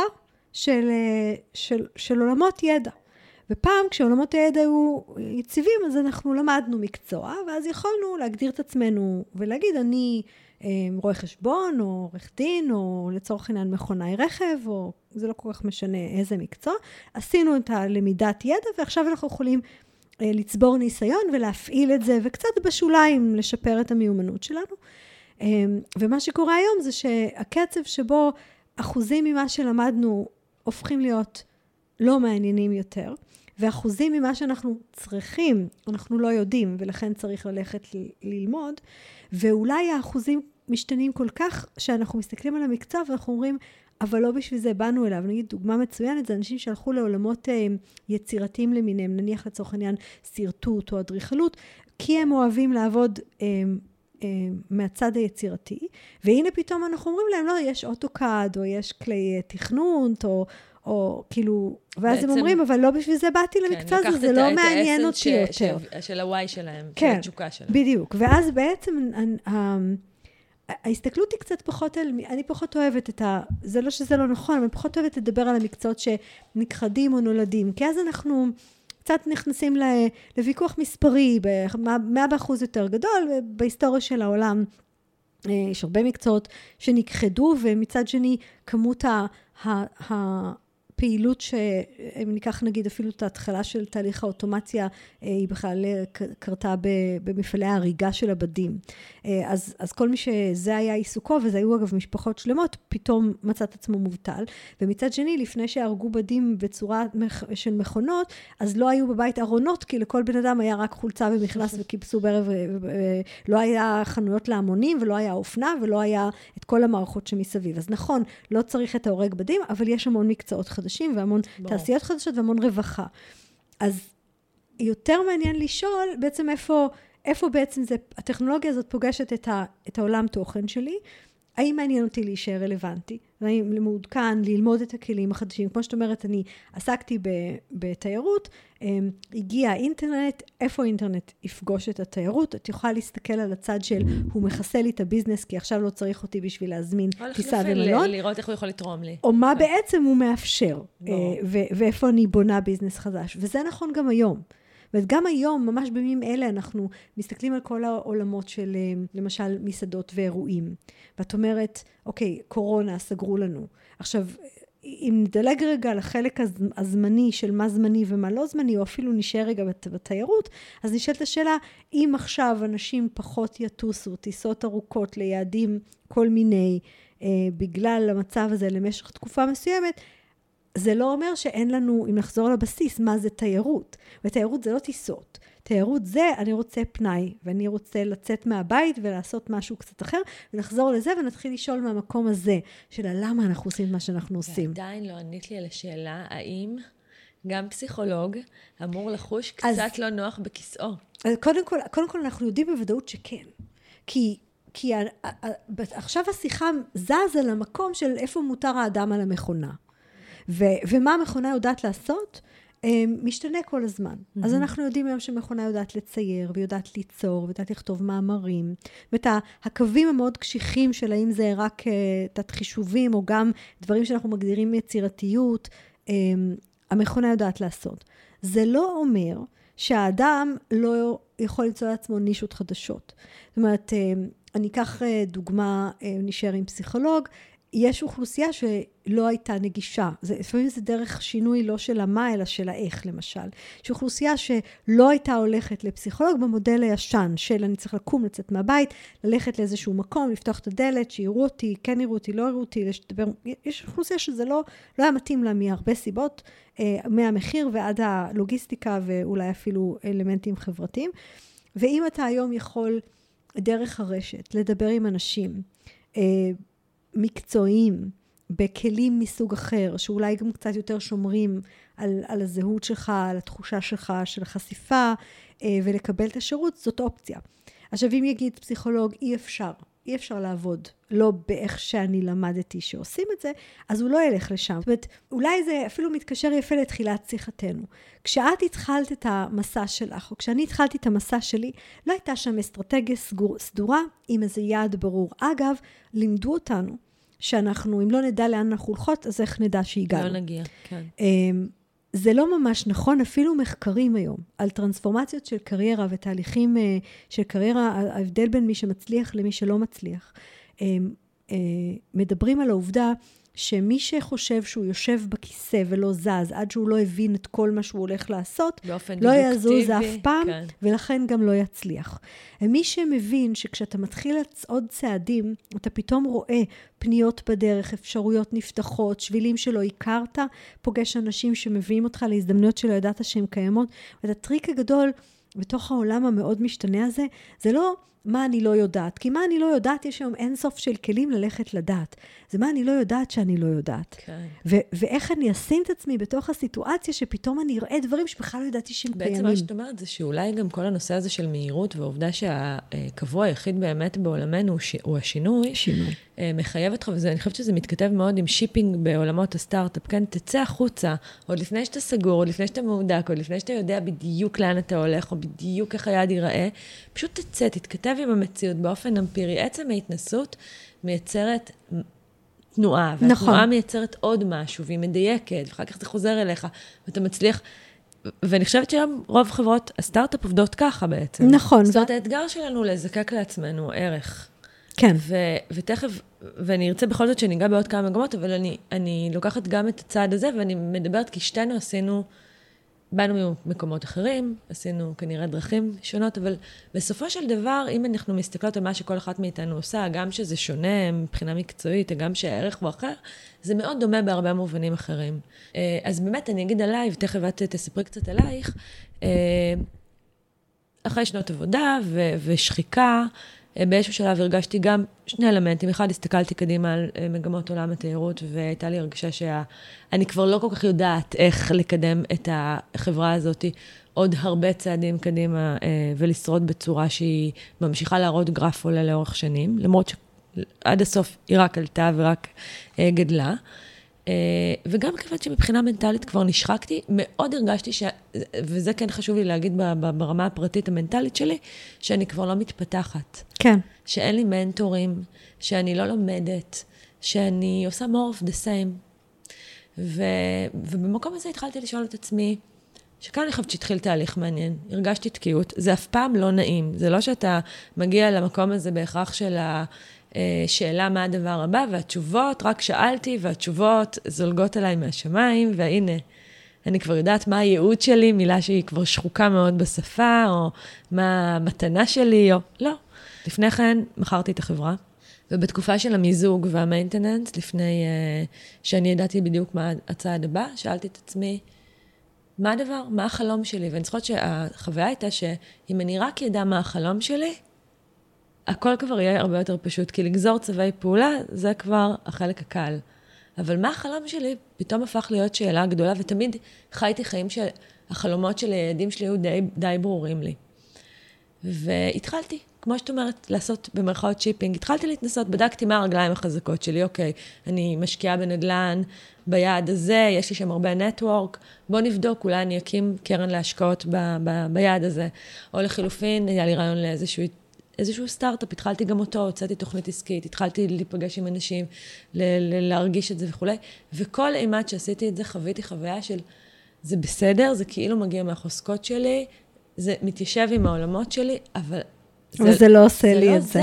של עולמות ידע. ופעם כשעולמות הידע היו יציבים, אז אנחנו למדנו מקצוע, ואז יכולנו להגדיר את עצמנו ולהגיד, אני רואה חשבון, או עורך דין, או לצורך עניין מכונאי רכב, או זה לא כל כך משנה איזה מקצוע. עשינו את הלמידת ידע, ועכשיו אנחנו יכולים לצבור ניסיון ולהפעיל את זה, וקצת בשוליים לשפר את המיומנות שלנו. ומה שקורה היום זה שהקצב שבו אחוזים ממה שלמדנו הופכים להיות לא מעניינים יותר, ואחוזים ממה שאנחנו צריכים, אנחנו לא יודעים, ולכן צריך ללכת ללמוד, ואולי האחוזים משתנים כל כך, שאנחנו מסתכלים על המקצוע, ואנחנו אומרים, אבל לא בשביל זה באנו אליו. נגיד, דוגמה מצוינת, זה אנשים שהלכו לעולמות יצירתיים למיניהם, נניח לצורך העניין סרטוט או אדריכלות, כי הם אוהבים לעבוד מהצד היצירתי, והנה פתאום אנחנו אומרים להם, לא, יש אוטוקאד, או יש כלי תכנות, או כאילו, ואז הם אומרים, אבל לא בשביל זה באתי למקצוע הזה, זה לא מעניין אותי יותר. של הוואי שלהם, של כן, התשוקה שלהם. בדיוק. ואז בעצם ההסתכלות היא קצת פחות אני פחות אוהבת זה לא שזה לא נכון, אבל פחות אוהבת לדבר על המקצועות שנכחדים או נולדים, כי אז אנחנו קצת נכנסים לוויכוח מספרי, ב100% יותר גדול, בהיסטוריה של העולם יש הרבה מקצועות שנכחדו, ומצד שני כמות הפעילות אם ניקח נגיד אפילו את ההתחלה של תהליך האוטומציה, היא בכלל קרתה במפעלי ההריגה של הבדים. אז כל מי שזה היה עיסוקו, וזה היו אגב משפחות שלמות, פתאום מצא את עצמו מובטל. ומצד שני, לפני שהרגו בדים בצורה של מכונות, אז לא היו בבית ארונות, כי לכל בן אדם היה רק חולצה ומכנס וקיבסו בערב, לא היה חנויות להמונים, ולא היה אופנה, ולא היה את כל המערכות שמסביב. אז נכון, לא צריך את ההורג בדים, אבל יש המון מקצועות חדשים, והמון תעשיות חדשות, והמון רווחה. אז יותר מעניין לשאול בעצם איפה בעצם הטכנולוגיה הזאת פוגשת את העולם תוכן שלי, האם מעניין אותי להישאר רלוונטי, האם מעודכן, ללמוד את הכלים החדשים, כמו שאת אומרת, אני עסקתי בתיירות, הגיע האינטרנט, איפה האינטרנט יפגוש את התיירות, את יכולה להסתכל על הצד של, הוא מכסה לי את הביזנס, כי עכשיו לא צריך אותי בשביל להזמין טיסה ומלון. לראות איך הוא יכול לתרום לי. או מה בעצם הוא מאפשר, ואיפה אני בונה ביזנס חדש, וזה נכון גם היום. וגם היום, ממש בימים אלה, אנחנו מסתכלים על כל העולמות של, למשל, מסעדות ואירועים. ואת אומרת, אוקיי, קורונה, סגרו לנו. עכשיו, אם נדלג רגע לחלק הזמני של מה זמני ומה לא זמני, או אפילו נשאר רגע בתיירות, אז נשאלת השאלה, אם עכשיו אנשים פחות יטוסו, טיסות ארוכות ליעדים כל מיני, בגלל המצב הזה למשך תקופה מסוימת, זה לא אומר שאין לנו, אם נחזור לבסיס, מה זה תיירות. ותיירות זה לא טיסות. תיירות זה, אני רוצה פנאי, ואני רוצה לצאת מהבית ולעשות משהו קצת אחר, ונחזור לזה ונתחיל לשאול מהמקום הזה, של למה אנחנו עושים מה שאנחנו עושים. ועדיין לא ענית לי על השאלה, האם גם פסיכולוג אמור לחוש קצת לא נוח בכיסאו? אז קודם כל אנחנו יודעים בוודאות שכן. כי עכשיו השיחה זזה למקום של איפה מותר האדם על המכונה. ומה המכונה יודעת לעשות? משתנה כל הזמן. אז אנחנו יודעים היום שמכונה יודעת לצייר, ויודעת ליצור, ויודעת לכתוב מאמרים. ואת הקווים המאוד קשיחים של האם זה רק תת חישובים, או גם דברים שאנחנו מגדירים יצירתיות, המכונה יודעת לעשות. זה לא אומר שהאדם לא יכול למצוא לעצמו נישות חדשות. זאת אומרת, אני אקח דוגמה, נשאר עם פסיכולוג, יש אוכלוסייה שלא הייתה נגישה. לפעמים זה דרך שינוי לא של המה, אלא של האיך, למשל. יש אוכלוסייה שלא הייתה הולכת לפסיכולוג במודל הישן, של אני צריך לקום, לצאת מהבית, ללכת לאיזשהו מקום, לפתוח את הדלת, שיראו אותי, כן יראו אותי, לא יראו אותי, לשתבר. יש אוכלוסייה שזה לא היה מתאים לה מהרבה סיבות, מהמחיר ועד הלוגיסטיקה, ואולי אפילו אלמנטים חברתיים. ואם אתה היום יכול דרך הרשת, לדבר עם אנשים, מקצועיים, בכלים מסוג אחר, שאולי גם קצת יותר שומרים על הזהות שלך, על התחושה שלך, של החשיפה, ולקבל את השירות, זאת אופציה. עכשיו, אם יגיד פסיכולוג, אי אפשר לעבוד, לא באיך שאני למדתי שעושים את זה, אז הוא לא ילך לשם. זאת אומרת, אולי זה אפילו מתקשר יפה לתחילת שיחתנו. כשאת התחלת את המסע שלך, או כשאני התחלתי את המסע שלי, לא הייתה שם אסטרטגיה סדורה עם איזה יעד ברור. אגב, לימדו אותנו שאנחנו, אם לא נדע לאן אנחנו הולכות, אז איך נדע שהגענו. לא נגיע, כן. זה לא ממש נכון, אפילו מחקרים היום, על טרנספורמציות של קריירה ותהליכים של קריירה, ההבדל בין מי שמצליח למי שלא מצליח. מדברים על העובדה שמי שחושב שהוא יושב בכיסא ולא זז, עד שהוא לא הבין את כל מה שהוא הולך לעשות, לא יזוז אף פעם, כן. ולכן גם לא יצליח. מי שמבין שכשאתה מתחיל עוד צעדים, אתה פתאום רואה פניות בדרך, אפשרויות נפתחות, שבילים שלא הכרת, פוגש אנשים שמביאים אותך להזדמנויות שלא ידעת שהן קיימות, ואת הטריק הגדול בתוך העולם המאוד משתנה הזה, זה לא מה אני לא יודעת. כי מה אני לא יודעת, יש היום אינסוף של כלים ללכת לדעת. זה מה אני לא יודעת שאני לא יודעת. כן. ואיך אני אשים את עצמי בתוך הסיטואציה שפתאום אני אראה דברים שבכלל לא ידעתי שהם קיימים. בעצם מה שאת אומרת זה שאולי גם כל הנושא הזה של מהירות, והעובדה שהקבוע היחיד באמת בעולמנו הוא השינוי, מחייב אותך, ואני חושבת שזה מתכתב מאוד עם שיפינג בעולמות הסטארט-אפ, כן? תצא החוצה, עוד לפני שאתה סגור, עוד לפני שאתה מעודק, עוד לפני שאתה יודע בדיוק לאן אתה הולך, או בדיוק איך היד ייראה, פשוט תצא, תתכתב עם המציאות באופן אמפירי. עצם ההתנסות מייצרת תנועה, והתנועה מייצרת עוד משהו, והיא מדייקת, ואחר כך זה חוזר אליך, ואתה מצליח, ואני חושבת שהיום רוב חברות הסטארט-אפ עובדות ככה בעצם. נכון. זאת אומרת, האתגר שלנו לזקק לעצמנו ערך. כן. ותכף, ואני ארצה בכל זאת שניגע בעוד כמה מגמות, אבל אני לוקחת גם את הצעד הזה, ואני מדברת כי שתינו באנו ממקומות אחרים, עשינו כנראה דרכים שונות, אבל בסופו של דבר, אם אנחנו מסתכלות על מה שכל אחת מאיתנו עושה, גם שזה שונה מבחינה מקצועית, גם שהערך הוא אחר, זה מאוד דומה בהרבה מובנים אחרים. אז באמת, אני אגיד עליי, ותכף את תספרי קצת עלייך, אחרי שנות עבודה ושחיקה, באיזשהו שלב הרגשתי גם שני אלמנטים. אחד, הסתכלתי קדימה על מגמות עולם התיירות, והייתה לי הרגשה שאני כבר לא כל כך יודעת איך לקדם את החברה הזאת עוד הרבה צעדים קדימה, ולשרוד בצורה שהיא ממשיכה להראות גרף עולה לאורך שנים, למרות שעד הסוף היא רק עלתה ורק גדלה. וגם כיוון שמבחינה מנטלית כבר נשחקתי, מאוד הרגשתי, וזה כן חשוב לי להגיד ברמה הפרטית המנטלית שלי, שאני כבר לא מתפתחת. כן. שאין לי מנטורים, שאני לא לומדת, שאני עושה more of the same. ובמקום הזה התחלתי לשאול את עצמי, שכאן אני חושבת שהתחיל תהליך מעניין, הרגשתי תקיעות, זה אף פעם לא נעים, זה לא שאתה מגיע למקום הזה בהכרח של שאלה מה הדבר הבא, והתשובות, רק שאלתי, והתשובות זולגות עליי מהשמיים, והנה, אני כבר יודעת מה הייעוד שלי, מילה שהיא כבר שחוקה מאוד בשפה, או מה המתנה שלי, או לא. לפני כן מכרתי את החברה, ובתקופה של המיזוג והמיינטננס, לפני שאני ידעתי בדיוק מה הצעד הבא, שאלתי את עצמי, מה הדבר? מה החלום שלי? ואני זוכרת שהחוויה הייתה שאם אני רק ידע מה החלום שלי, הכל כבר יהיה הרבה יותר פשוט, כי לגזור צווי פעולה, זה כבר החלק הקל. אבל מה החלום שלי? פתאום הפך להיות שאלה גדולה, ותמיד חייתי חיים שהחלומות של הילדים שלי היו די ברורים לי. והתחלתי, כמו שאת אומרת, לעשות במרכאות שיפינג. התחלתי להתנסות, בדקתי מה הרגליים החזקות שלי. אוקיי, אני משקיעה בנדל"ן, ביעד הזה, יש לי שם הרבה נטוורק, בוא נבדוק, אולי אני אקים קרן להשקעות ביעד הזה. או לחילופין, היה לי רעיון איזשהו סטארט-אפ, התחלתי גם אותו, הוצאתי תוכנית עסקית, התחלתי להיפגש עם אנשים, להרגיש את זה וכו'. וכל אימת שעשיתי את זה, חוויתי חוויה של, זה בסדר, זה כאילו מגיע מהחוזקות שלי, זה מתיישב עם העולמות שלי, אבל זה לא עושה לי את זה.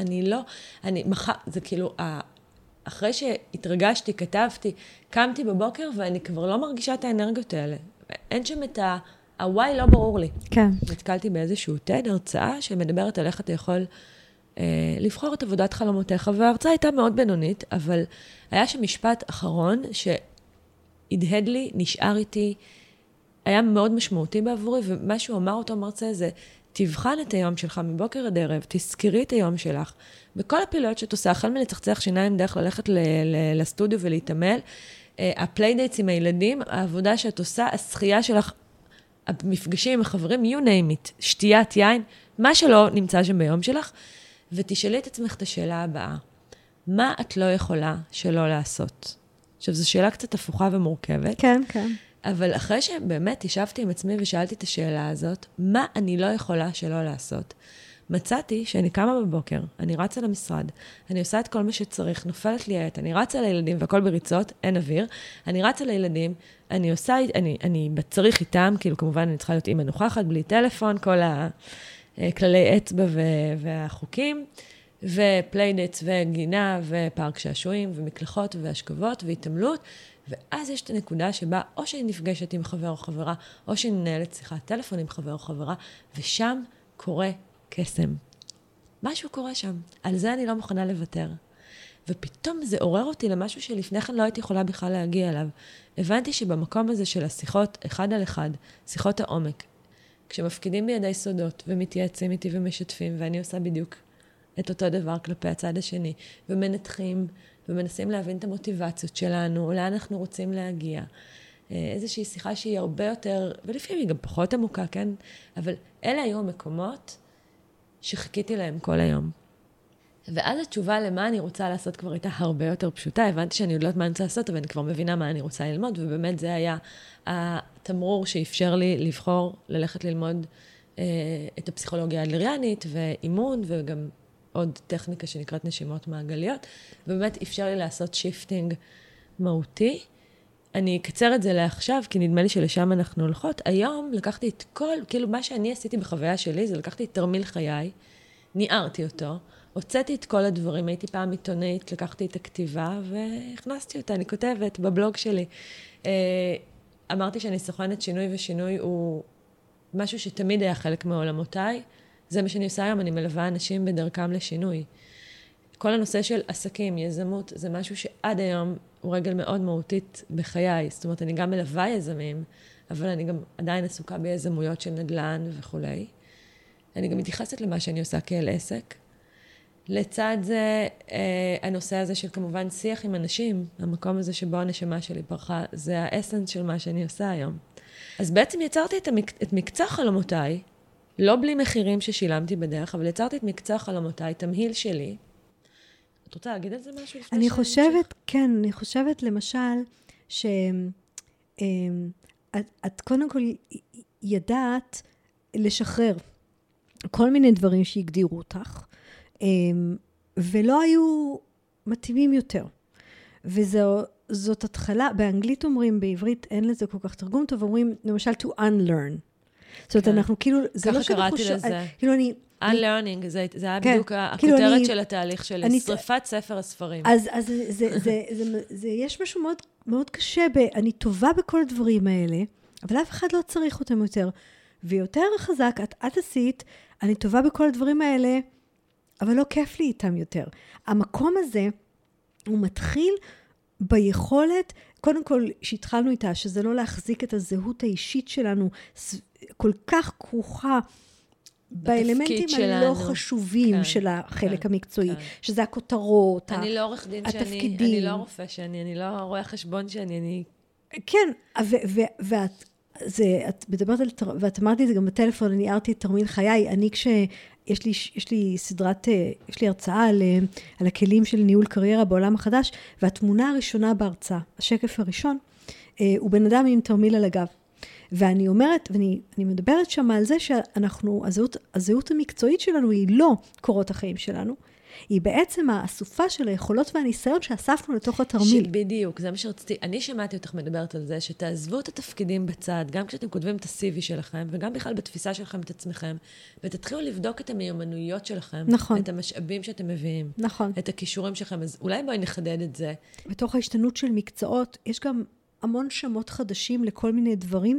זה כאילו, אחרי שהתרגשתי, כתבתי, קמתי בבוקר, ואני כבר לא מרגישה את האנרגיות האלה. אין שם את הוואי לא ברור לי. כן. נתקלתי באיזשהו TED, הרצאה שמדברת על איך אתה יכול לבחור את עבודת חלומותיך, וההרצאה הייתה מאוד בינונית, אבל היה שם משפט אחרון שהדהד לי, נשאר איתי, היה מאוד משמעותי בעבורי, ומה שהוא אמר אותו מרצה זה, תבחן את היום שלך מבוקר עד ערב, תזכרי את היום שלך, בכל הפעילויות שאת עושה, החל מלצחצח שיניים דרך ללכת לסטודיו ולהתעמל, הפליידייטס עם הילדים, העבודה שאת עושה, השחייה שלך, המפגשים עם החברים, you name it, שתיית יין, מה שלא נמצא שם ביום שלך, ותשאלי את עצמך את השאלה הבאה, מה את לא יכולה שלא לעשות? עכשיו, זו שאלה קצת הפוכה ומורכבת. כן, כן. אבל אחרי שבאמת ישבתי עם עצמי ושאלתי את השאלה הזאת, מה אני לא יכולה שלא לעשות? מצאתי שאני קמה בבוקר, אני רצה למשרד, אני עושה את כל מה שצריך, נופלת לי העת, אני רצה לילדים והכל בריצות, אין אוויר, אני רצה לילדים, אני צריך איתם, כאילו כמובן אני צריכה להיות אימא נוכחת, בלי טלפון, כל הכללי אצבע והחוקים, ופליידטס וגינה ופארק שעשועים ומקלחות והשכבות והתעמלות, ואז יש את הנקודה שבה או שאני נפגשת עם חבר או חברה, או שאני מנהלת שיחת טלפון עם חבר או חברה, ושם קורה קסם. משהו קורה שם. על זה אני לא מוכנה לוותר. ופתאום זה עורר אותי למשהו שלפני כן לא הייתי יכולה בכלל להגיע אליו. הבנתי שבמקום הזה של השיחות אחד על אחד, שיחות העומק, כשמפקידים בידי סודות ומתייעצים איתי ומשתפים, ואני עושה בדיוק את אותו דבר כלפי הצד השני, ומנתחים ומנסים להבין את המוטיבציות שלנו, או לאן אנחנו רוצים להגיע. איזושהי שיחה שהיא הרבה יותר, ולפעמים היא גם פחות עמוקה, כן? אבל אלה היו המקומות שחיכיתי להם כל היום. ואז התשובה למה אני רוצה לעשות כבר הייתה הרבה יותר פשוטה. הבנתי שאני עוד לא יודעת מה אני רוצה לעשות, אבל אני כבר מבינה מה אני רוצה ללמוד, ובאמת זה היה התמרור שאפשר לי לבחור ללכת ללמוד את הפסיכולוגיה האדלריאנית, ואימון, וגם עוד טכניקה שנקראת נשימות מעגליות, ובאמת אפשר לי לעשות שיפטינג מהותי. אני אקצר את זה לעכשיו, כי נדמה לי שלשם אנחנו הולכות. היום לקחתי את כל, כאילו מה שאני עשיתי בחוויה שלי, זה לקחתי את תרמיל חיי, ניערתי אותו, הוצאתי את כל הדברים, הייתי פעם עיתונאית, לקחתי את הכתיבה והכנסתי אותה, אני כותבת בבלוג שלי. אמרתי שאני סוכנת שינוי, ושינוי הוא משהו שתמיד היה חלק מעולמותיי. זה מה שאני עושה היום, אני מלווה אנשים בדרכם לשינוי. כל הנושא של עסקים, יזמות, זה משהו שעד היום הוא רגל מאוד מהותית בחיי. זאת אומרת, אני גם מלווה יזמים, אבל אני גם עדיין עסוקה ביזמויות של נדל"ן וכו'. אני גם מתייחסת למה שאני עושה כאל עסק. לצד זה, הנושא הזה של כמובן שיח עם אנשים, המקום הזה שבו הנשמה שלי פרחה, זה האסנס של מה שאני עושה היום. אז בעצם יצרתי את מקצוע חלומותיי, לא בלי מחירים ששילמתי בדרך, אבל יצרתי את מקצוע חלומותיי, תמהיל שלי. את רוצה להגיד על זה משהו? אני חושבת, כן, אני חושבת למשל, את קודם כל ידעת לשחרר כל מיני דברים שהגדירו אותך, ולא היו מתאימים יותר. וזאת התחלה, באנגלית אומרים, בעברית אין לזה כל כך תרגום טוב, אומרים למשל to unlearn. זאת אומרת, אנחנו כאילו, זה לא שאנחנו... ככה קראתי לזה. כאילו אני... unlearning, זה היה בדיוק הכותרת של התהליך שלי, שריפת ספר הספרים. אז יש משהו מאוד, מאוד קשה, אני טובה בכל הדברים האלה, אבל אף אחד לא צריך אותם יותר. ויותר חזק, את עשית, אני טובה בכל הדברים האלה, אבל לא כיף לי איתם יותר. המקום הזה, הוא מתחיל ביכולת, קודם כל שהתחלנו איתה, שזה לא להחזיק את הזהות האישית שלנו, כל כך כרוכה באלמנטים הלא חשובים של החלק המקצועי, שזה הכותרות, אני לא עורך דין שאני, אני לא רופא שאני, אני לא רואה חשבון שאני, אני... כן, ואת מדברת על, ואת אמרתי את זה גם בטלפון, אני הערתי את תרמיל חיי, אני יש לי סדרת, יש לי הרצאה על הכלים של ניהול קריירה בעולם החדש, והתמונה הראשונה בהרצאה, השקף הראשון, הוא בן אדם עם תרמיל על הגב. ואני אומרת, ואני מדברת שם על זה שאנחנו, הזהות המקצועית שלנו היא לא קורות החיים שלנו, היא בעצם האסופה של היכולות והניסיון שאספנו לתוך התרמיל. בדיוק, זה מה שרציתי. אני שמעתי אותך מדברת על זה, שתעזבו את התפקידים בצד, גם כשאתם כותבים את ה-CV שלכם, וגם בכלל בתפיסה שלכם את עצמכם, ותתחילו לבדוק את המיומנויות שלכם, נכון. את המשאבים שאתם מביאים, נכון. את הכישורים שלכם. אז אולי בואי נחדד את זה. בתוך ההשתנות של מקצועות, יש גם המון שמות חדשים לכל מיני דברים,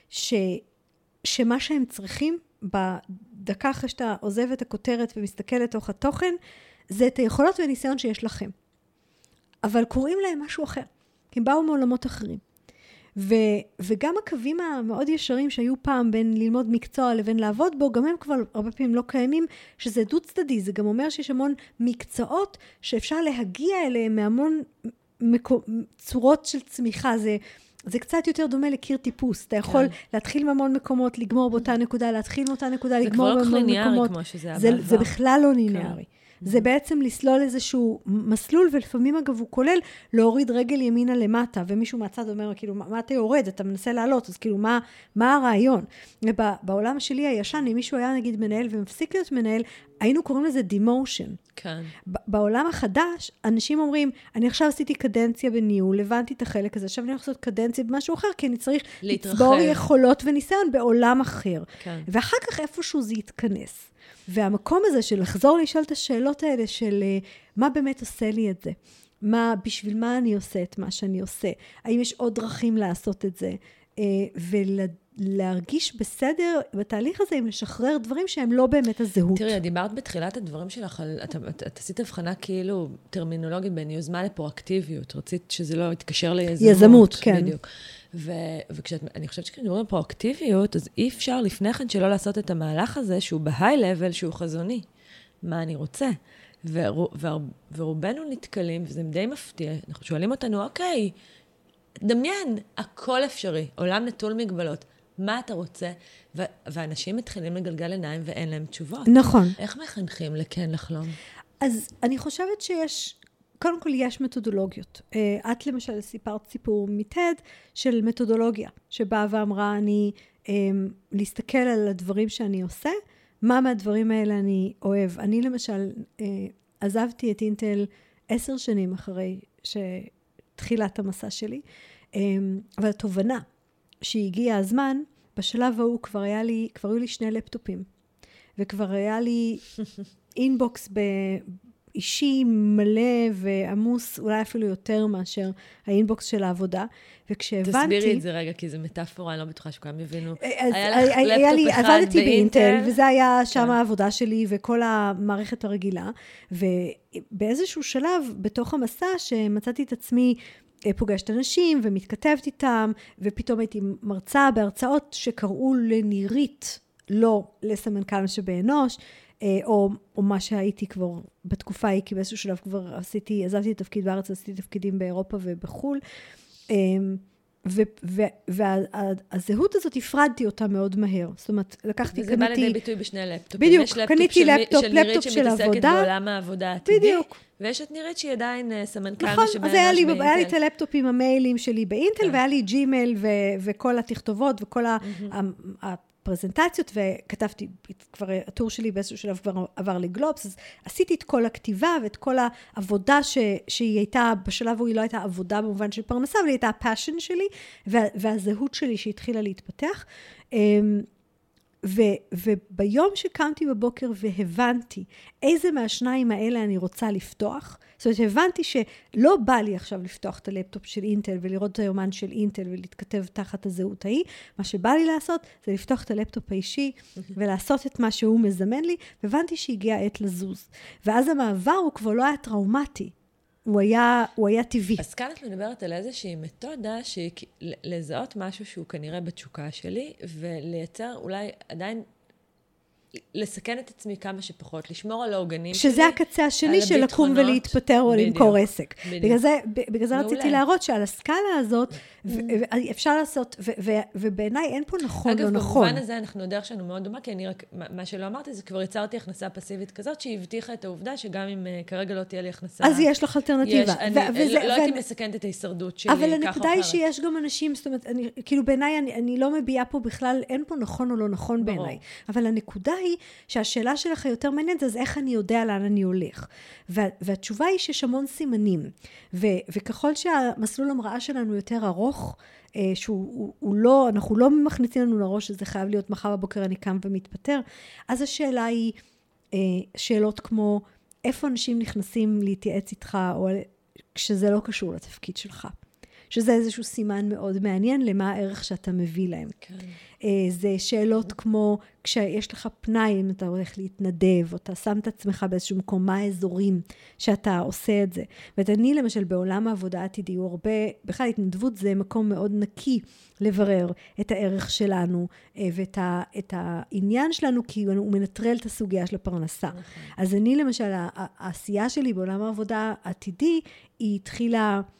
שמה שהם צריכים, בדקה אחרי שאתה עוזב את הכותרת ומסתכל לתוך התוכן, זה את היכולות והניסיון שיש לכם. אבל קוראים להם משהו אחר, כי הם באו מעולמות אחרים. וגם הקווים המאוד ישרים שהיו פעם בין ללמוד מקצוע לבין לעבוד בו, גם הם כבר הרבה פעמים לא קיימים, שזה דו צדדי, זה גם אומר שיש המון מקצועות שאפשר להגיע אליהם מהמון צורות של צמיחה, זה קצת יותר דומה לקיר טיפוס. אתה יכול להתחיל מהמון מקומות, לגמור באותה נקודה, להתחיל מאותה נקודה, לגמור בהמון מקומות. זה כבר לא ליניארי כמו שזה היה בעבר. זה בכלל לא ליניארי. זה בעצם לסלול איזשהו מסלול, ולפעמים אגב הוא כולל להוריד רגל ימינה למטה, ומישהו מהצד אומר, כאילו, מה אתה יורד? אתה מנסה לעלות, אז כאילו, מה הרעיון? ובעולם שלי הישן, אם מישהו היה נגיד מנהל ומפסיק להיות מנהל, היינו קוראים לזה demotion. כן. בעולם החדש, אנשים אומרים, אני עכשיו עשיתי קדנציה בניהול, הבנתי את החלק הזה, עכשיו אני הולך לעשות קדנציה במשהו אחר, כי אני צריך לצבור יכולות וניסיון בעולם אחר. כן. ואחר כך איפשהו זה יתכנס. והמקום הזה של לחזור לשאול את השאלות האלה של מה באמת עושה לי את זה? בשביל מה אני עושה את מה שאני עושה? האם יש עוד דרכים לעשות את זה? ולהרגיש בסדר בתהליך הזה, אם לשחרר דברים שהם לא באמת הזהות. תראי, דיברת בתחילת הדברים שלך, את עשית הבחנה כאילו טרמינולוגית בין יוזמה לפרואקטיביות. רצית שזה לא יתקשר ליזמות. יזמות, כן. בדיוק. ואני חושבת שכשמדברים על פרואקטיביות, אז אי אפשר לפני כן שלא לעשות את המהלך הזה, שהוא בהיי-לבל, שהוא חזוני. מה אני רוצה? ורובנו נתקלים, וזה די מפתיע, אנחנו שואלים אותנו, אוקיי, דמיין, הכל אפשרי, עולם נטול מגבלות, מה אתה רוצה? ואנשים מתחילים לגלגל עיניים ואין להם תשובות. נכון. איך מחנכים לכן לחלום? אז אני חושבת שיש, קודם כל יש מתודולוגיות. את למשל סיפרת סיפור מטד של מתודולוגיה, שבאה ואמרה, אני להסתכל על הדברים שאני עושה, מה מהדברים האלה אני אוהב. אני למשל עזבתי את אינטל 10 שנים אחרי שתחילת המסע שלי, אבל התובנה שהגיע הזמן, בשלב ההוא כבר היו לי 2 לפטופים, וכבר היה לי אינבוקס אישי מלא ועמוס, אולי אפילו יותר מאשר האינבוקס של העבודה, וכשהבנתי... תסבירי את זה רגע, כי זה מטאפורה, אני לא בטוחה שכולם יבינו. היה לי, עבדתי באינטל, וזה היה שם העבודה שלי, וכל המערכת הרגילה, ובאיזשהו שלב, בתוך המסע, שמצאתי את עצמי פוגשת אנשים, ומתכתבת איתם, ופתאום הייתי מרצה בהרצאות שקראו לנירית, לא לסמנכ"ל משאבי אנוש, או מה שהייתי כבר בתקופה ההיא, כי באיזשהו שלב כבר עזבתי את תפקיד בארץ, עשיתי תפקידים באירופה ובחול, והזהות הזאת הפרדתי אותה מאוד מהר. זאת אומרת, לקחתי, וזה בא לידי ביטוי בשני לפטופים. בדיוק, קניתי לפטופ של עבודה. שמתעסקת בעולם העבודה העתידי. בדיוק. ויש את נירית שהיא עדיין סמנכ"ל נכון, אז היה לי את באינטל. הלפטופים, המיילים שלי באינטל, והיה לי ג'ימייל וכל התכתובות וכל הפרזנטציות, וכתבתי, כבר הטור שלי באיזשהו שלב כבר עבר לגלובס, אז עשיתי את כל הכתיבה ואת כל העבודה שהיא הייתה, בשלב הוא היא לא הייתה עבודה במובן של פרנסה, אבל היא הייתה הפאשן שלי, והזהות שלי שהתחילה להתפתח. וביום שקמתי בבוקר והבנתי איזה מהשניים האלה אני רוצה לפתוח, זאת אומרת, הבנתי שלא בא לי עכשיו לפתוח את הלפטופ של אינטל ולראות את היומן של אינטל ולהתכתב תחת הזהות ההיא, מה שבא לי לעשות זה לפתוח את הלפטופ האישי ולעשות את מה שהוא מזמן לי, והבנתי שהגיע העת לזוז. ואז המעבר הוא כבר לא היה טראומטי, הוא היה טבעי. אז כאן את מדברת על איזושהי מתודה שהיא לזהות משהו שהוא כנראה בתשוקה שלי, ולייצר אולי עדיין לסכן את עצמי כמה שפחות, לשמור על העוגנים שלי. שזה הקצה השני של לקום ולהתפטר או למכור עסק. בגלל זה רציתי להראות שעל הסקאלה הזאת אפשר לעשות, ובעיניי אין פה נכון או נכון. אגב, במובן הזה אנחנו דרך שלנו מאוד דומה, כי אני רק, מה שלא אמרתי, זה כבר יצרתי הכנסה פסיבית כזאת, שהבטיחה את העובדה שגם אם כרגע לא תהיה לי הכנסה... אז יש לך אלטרנטיבה. לא הייתי מסכנת את ההישרדות שלי, אבל הנקודה היא שיש גם אנשים, זאת אומרת, כאילו בעיניי אני לא מביעה פה בכלל, אין פה נכון או לא נכון בעיניי. אבל הנקודה היא שהשאלה שלך יותר מעניינת, אז איך אני יודע לאן אני הולך? והתשובה היא שיש המון סימנים. וככל שהמסלול המראה שלנו יותר ארוך, אנחנו לא מכניסים לנו לראש שזה חייב להיות מחר בבוקר אני קם ומתפטר, אז השאלה היא שאלות כמו איפה אנשים נכנסים להתייעץ איתך, או כשזה לא קשור לתפקיד שלך. שזה איזשהו סימן מאוד מעניין למה הערך שאתה מביא להם. כן. זה שאלות כמו כשיש לך פנאי, אם אתה הולך להתנדב, או אתה שם את עצמך באיזשהו מקום, מה האזורים שאתה עושה את זה. ואני למשל בעולם העבודה העתידי, הוא הרבה, בכלל התנדבות זה מקום מאוד נקי לברר את הערך שלנו, ואת העניין שלנו, כי הוא מנטרל את הסוגיה של הפרנסה. אז אני למשל, העשייה שלי בעולם העבודה העתידי, היא התחילה...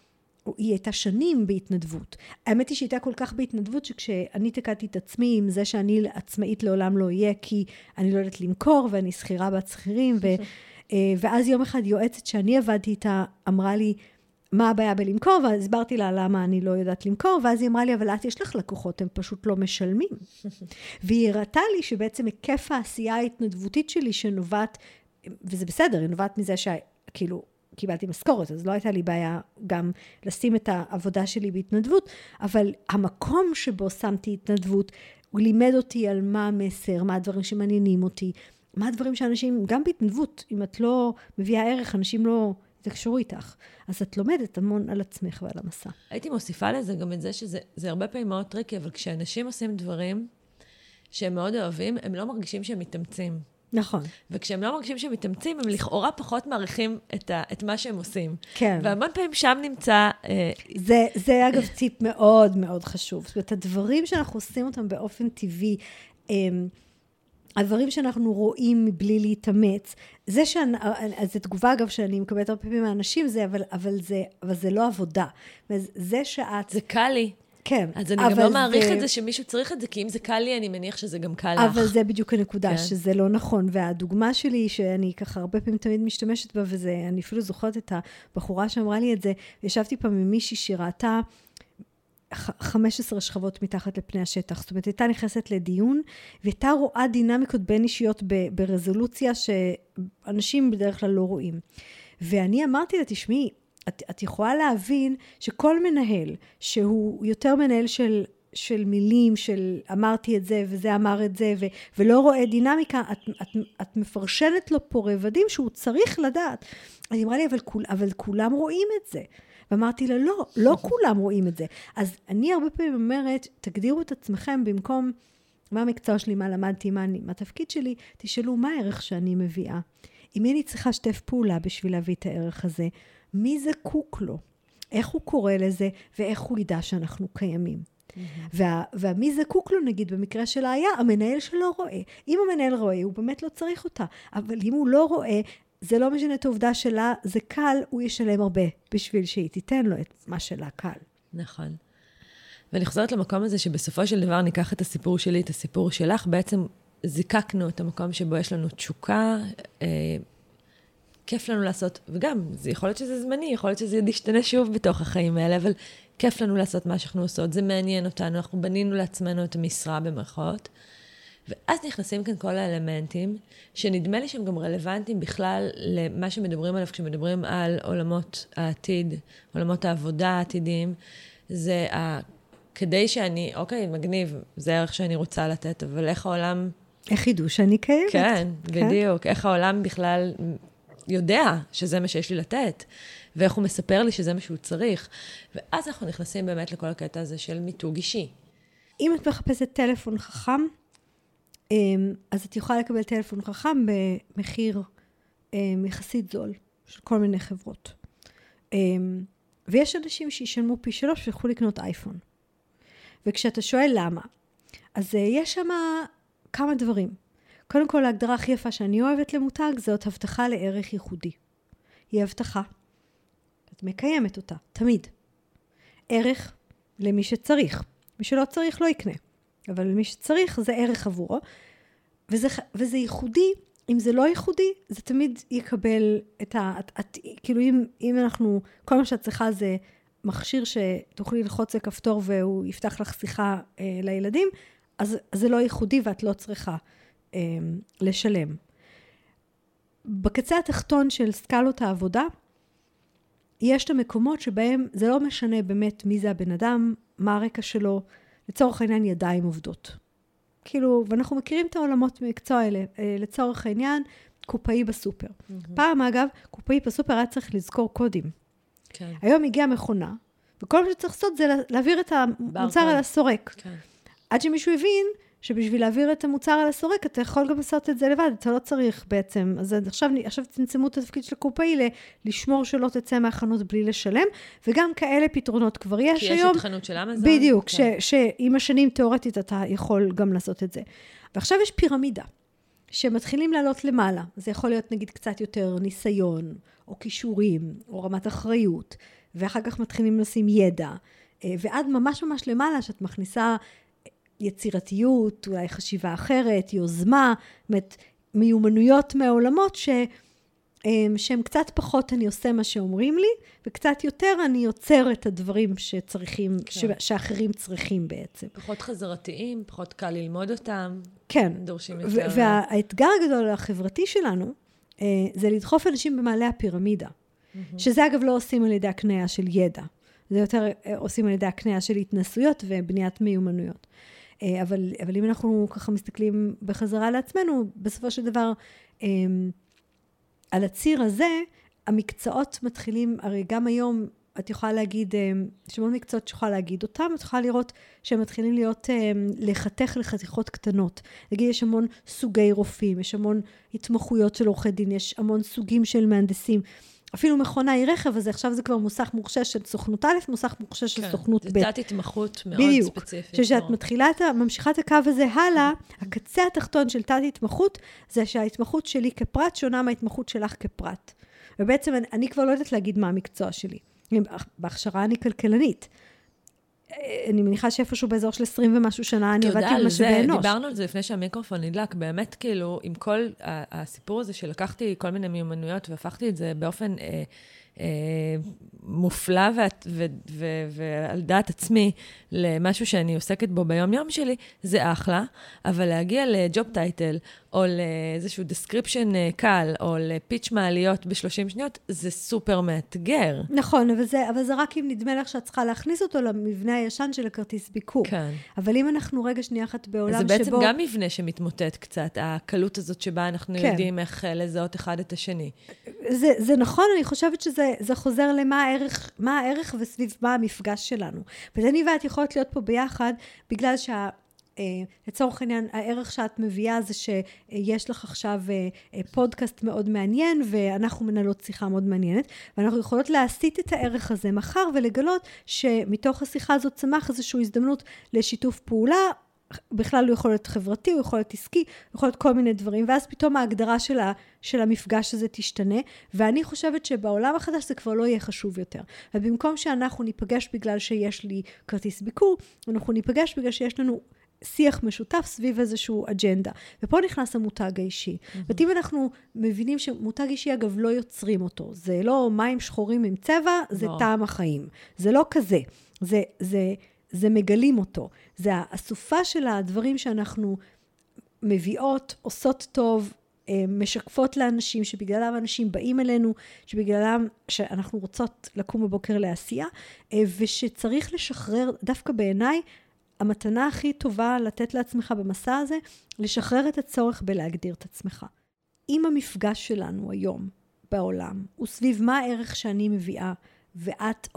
היא הייתה שנים בהתנדבות. האמת היא שהייתה כל כך בהתנדבות, שכשאני תקעתי את עצמי עם זה שאני עצמאית לעולם לא אהיה, כי אני לא יודעת למכור, ואני שכירה בת שכירים, ואז יום אחד יועצת שאני עבדתי איתה, אמרה לי, מה הבעיה בלמכור? והסברתי לה למה אני לא יודעת למכור, ואז היא אמרה לי, אבל את יש לך לקוחות, הם פשוט לא משלמים. והיא הראתה לי שבעצם היקף העשייה ההתנדבותית שלי שנובעת, וזה בסדר, היא נובעת מזה שכאילו, קיבלתי משכורת, אז לא הייתה לי בעיה גם לשים את העבודה שלי בהתנדבות, אבל המקום שבו שמתי התנדבות, הוא לימד אותי על מה המסר, מה הדברים שמעניינים אותי, מה הדברים שאנשים, גם בהתנדבות, אם את לא מביאה ערך, אנשים לא יתקשרו איתך. אז את לומדת המון על עצמך ועל המסע. הייתי מוסיפה לזה גם את זה שזה הרבה פעמים מאוד טריקי, אבל כשאנשים עושים דברים שהם מאוד אוהבים, הם לא מרגישים שהם מתאמצים. נכון. וכשהם לא מרגישים שהם מתאמצים, הם לכאורה פחות מעריכים את מה שהם עושים. כן. והמון פעמים שם נמצא... זה אגב טיפ מאוד מאוד חשוב. זאת אומרת, הדברים שאנחנו עושים אותם באופן טבעי, הדברים שאנחנו רואים מבלי להתאמץ, זו תגובה אגב שאני מקבלת הרבה פעמים מהאנשים, אבל זה לא עבודה. זה שאת... זה קל לי. כן. אז אני גם לא מעריך את זה שמישהו צריך את זה, כי אם זה קל לי, אני מניח שזה גם קל לך. אבל זה בדיוק הנקודה, שזה לא נכון. והדוגמה שלי, שאני ככה הרבה פעמים תמיד משתמשת בה, אני אפילו זוכרת את הבחורה שאמרה לי את זה, ישבתי פעם עם מישהי שראתה 15 שכבות מתחת לפני השטח. זאת אומרת, הייתה נכנסת לדיון, והייתה רואה דינמיקות בין אישיות ברזולוציה שאנשים בדרך כלל לא רואים. ואני אמרתי לה, תשמעי, את יכולה להבין שכל מנהל, שהוא יותר מנהל של מילים, של אמרתי את זה וזה אמר את זה, ולא רואה דינמיקה, את מפרשנת לו פה רבדים שהוא צריך לדעת. אז היא אמרה לי, אבל כולם רואים את זה. ואמרתי לה, לא כולם רואים את זה. אז אני הרבה פעמים אומרת, תגדירו את עצמכם במקום, מה המקצוע שלי, מה למדתי, מה התפקיד שלי, תשאלו מה הערך שאני מביאה. אם אני צריכה שתף פעולה בשביל להביא את הערך הזה, מי זקוק לו? איך הוא קורא לזה, ואיך הוא ידע שאנחנו קיימים. והמי זקוק לו, נגיד, במקרה שלה היה, המנהל שלא רואה. אם המנהל רואה, הוא באמת לא צריך אותה. אבל אם הוא לא רואה, זה לא משנה את העובדה שלה, זה קל, הוא ישלם הרבה בשביל שהיא תיתן לו את מה שלה קל. נכון. ואני חוזרת למקום הזה שבסופו של דבר ניקח את הסיפור שלי, את הסיפור שלך, בעצם זיקקנו את המקום שבו יש לנו תשוקה, כיף לנו לעשות, וגם, זה יכול להיות שזה זמני, יכול להיות שזה ישתנה שוב בתוך החיים האלה, אבל כיף לנו לעשות מה שאנחנו עושות, זה מעניין אותנו, אנחנו בנינו לעצמנו את המשרה במרכאות, ואז נכנסים כאן כל האלמנטים, שנדמה לי שהם גם רלוונטיים בכלל למה שמדברים עליו, כשמדברים על עולמות העתיד, עולמות העבודה העתידיים, זה כדי שאני, אוקיי, מגניב, זה הערך שאני רוצה לתת, אבל איך העולם... איך ידעו שאני קיימת? כן, בדיוק, איך העולם בכלל יודע שזה מה שיש לי לתת, ואיך הוא מספר לי שזה מה שהוא צריך, ואז אנחנו נכנסים באמת לכל הקטע הזה של מיתוג אישי. אם את מחפשת טלפון חכם, אז את יכולה לקבל טלפון חכם במחיר יחסית זול, של כל מיני חברות. ויש אנשים שישלמו פי 3 וילכו לקנות אייפון. וכשאתה שואל למה, אז יש שם כמה דברים. קודם כל, ההגדרה הכי יפה שאני אוהבת למותג, זאת הבטחה לערך ייחודי. היא הבטחה. את מקיימת אותה, תמיד. ערך למי שצריך. מי שלא צריך לא יקנה. אבל למי שצריך זה ערך עבורו. וזה ייחודי. אם זה לא ייחודי, זה תמיד יקבל את כאילו אם אנחנו, כל מה שאת צריכה זה מכשיר שתוכלי ללחוץ לכפתור והוא יפתח לך שיחה לילדים, אז זה לא ייחודי ואת לא צריכה לשלם. בקצה התחתון של סקלות העבודה, יש את המקומות שבהם זה לא משנה באמת מי זה הבן אדם, מה הרקע שלו, לצורך העניין ידיים עובדות. כאילו, ואנחנו מכירים את העולמות מקצוע האלה, לצורך העניין, קופאי בסופר. פעם אגב, קופאי בסופר היה צריך לזכור קודים. כן. היום הגיעה מכונה, וכל מה שצריך לעשות זה להעביר את המוצר על הסורק. כן. עד שמישהו הבין שבשביל להעביר את המוצר על הסורק, אתה יכול גם לעשות את זה לבד, אתה לא צריך בעצם. אז עכשיו צמצמו את התפקיד של הקופאי לשמור שלא תצא מהחנות בלי לשלם, וגם כאלה פתרונות כבר יש היום. כי יש את חנות של אמזון. בדיוק, שעם השנים תיאורטית אתה יכול גם לעשות את זה. ועכשיו יש פירמידה. שמתחילים לעלות למעלה. זה יכול להיות נגיד קצת יותר ניסיון, או כישורים, או רמת אחריות, ואחר כך מתחילים לשים ידע, ועד ממש ממש למעלה שאת מכניסה יצירתיות, אולי חשיבה אחרת, יוזמה, מיומנויות מהעולמות שהם קצת פחות אני עושה מה שאומרים לי, וקצת יותר אני יוצר את הדברים שצריכים, שאחרים צריכים בעצם. פחות חזרתיים, פחות קל ללמוד אותם. כן. דורשים יותר. והאתגר הגדול החברתי שלנו, זה לדחוף אנשים במעלה הפירמידה. שזה אגב לא עושים על ידי הקניה של ידע. זה יותר עושים על ידי הקניה של התנסויות ובניית מיומנויות. אבל אם אנחנו ככה מסתכלים בחזרה לעצמנו, בסופו של דבר, על הציר הזה, המקצועות מתחילים, הרי גם היום את יכולה להגיד, יש המון מקצועות שיכולה להגיד אותם, את יכולה לראות שהם מתחילים להיות, לחתך לחתיכות קטנות. נגיד, יש המון סוגי רופאים, יש המון התמחויות של עורכי דין, יש המון סוגים של מהנדסים. אפילו מכונאי רכב, אז עכשיו זה כבר מוסך מורשה של סוכנות א', מוסך מורשה של סוכנות ב'. זה תת התמחות מאוד ספציפית. בדיוק. שכשאת ממשיכה את הקו הזה הלאה, הקצה התחתון של תת התמחות, זה שההתמחות שלי כפרט שונה מההתמחות שלך כפרט. ובעצם אני כבר לא יודעת להגיד מה המקצוע שלי. בהכשרה אני כלכלנית. אני מניחה שאיפשהו באזור של 20 ומשהו שנה, אני עבדתי עם משאבי אנוש. דיברנו על זה לפני שהמיקרופון נדלק, באמת כאילו, עם כל הסיפור הזה שלקחתי כל מיני מיומנויות, והפכתי את זה באופן מופלא ועל דעת עצמי, למשהו שאני עוסקת בו ביום יום שלי, זה אחלה, אבל להגיע לג'וב טייטל, או לאיזשהו דסקריפשן קל, או לפיץ' מעליות ב-30 שניות, זה סופר מאתגר. נכון, אבל זה רק אם נדמה לך שאת צריכה להכניס אותו למבנה הישן של הכרטיס ביקור. כן. אבל אם אנחנו רגע שנייה אחת בעולם שבו... זה בעצם גם מבנה שמתמוטט קצת, הקלות הזאת שבה אנחנו יודעים איך לזהות אחד את השני. זה נכון, אני חושבת שזה חוזר מה הערך וסביב מה המפגש שלנו. ואני ואת יכולות להיות פה ביחד, בגלל לצורך העניין, הערך שאת מביאה זה שיש לך עכשיו פודקאסט מאוד מעניין, ואנחנו מנהלות שיחה מאוד מעניינת, ואנחנו יכולות להסיט את הערך הזה מחר, ולגלות שמתוך השיחה הזאת צמח איזושהי הזדמנות לשיתוף פעולה, בכלל הוא יכול להיות חברתי, הוא יכול להיות עסקי, הוא יכול להיות כל מיני דברים, ואז פתאום ההגדרה של המפגש הזה תשתנה, ואני חושבת שבעולם החדש זה כבר לא יהיה חשוב יותר. ובמקום שאנחנו ניפגש בגלל שיש לי כרטיס ביקור, אנחנו ניפגש בגלל שיש לנו שיח משותף סביב איזשהו אג'נדה. ופה נכנס המותג האישי. ואם אנחנו מבינים שמותג אישי, אגב, לא יוצרים אותו. זה לא מים שחורים עם צבע, זה טעם החיים. זה לא כזה. זה מגלים אותו. זה האסופה של הדברים שאנחנו מביאות, עושות טוב, משקפות לאנשים, שבגללם אנשים באים אלינו, שבגללם שאנחנו רוצות לקום בבוקר לעשייה, ושצריך לשחרר, דווקא בעיניי, המתנה הכי טובה לתת לעצמך במסע הזה, לשחרר את הצורך בלהגדיר את עצמך. אם המפגש שלנו היום בעולם, הוא סביב מה הערך שאני מביאה, ואת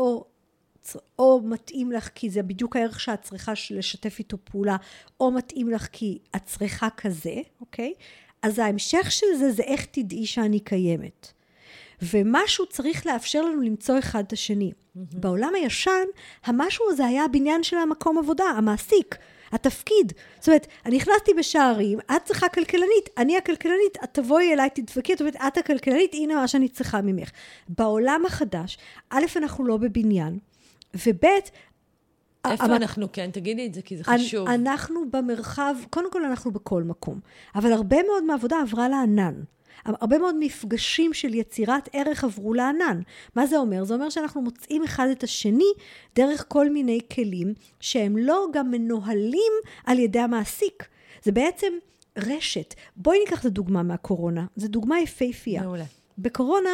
או מתאים לך כי זה בדיוק הערך שאת צריכה לשתף איתו פעולה, או מתאים לך כי את צריכה כזה, אוקיי? אז ההמשך של זה איך תדעי שאני קיימת. ומשהו צריך לאפשר לנו למצוא אחד את השני. בעולם הישן, המשהו הזה היה הבניין של המקום עבודה, המעסיק, התפקיד. זאת אומרת, אני נכנסתי בשערים, את צריכה כלכלנית, אני הכלכלנית, את תבואי אליי, תדפקי, זאת אומרת, את הכלכלנית, הנה מה שאני צריכה ממך. בעולם החדש, א', אנחנו לא בבניין, וב', איפה אנחנו כן? תגידי את זה, כי זה חשוב. אנחנו במרחב, קודם כל אנחנו בכל מקום, אבל הרבה מאוד מהעבודה עברה לענן. הרבה מאוד מפגשים של יצירת ערך עברו לענן. מה זה אומר? זה אומר שאנחנו מוצאים אחד את השני דרך כל מיני כלים שהם לא גם מנוהלים על ידי המעסיק. זה בעצם רשת. בואי ניקח את הדוגמה מהקורונה. זו דוגמה יפהפייה. מעולה. בקורונה,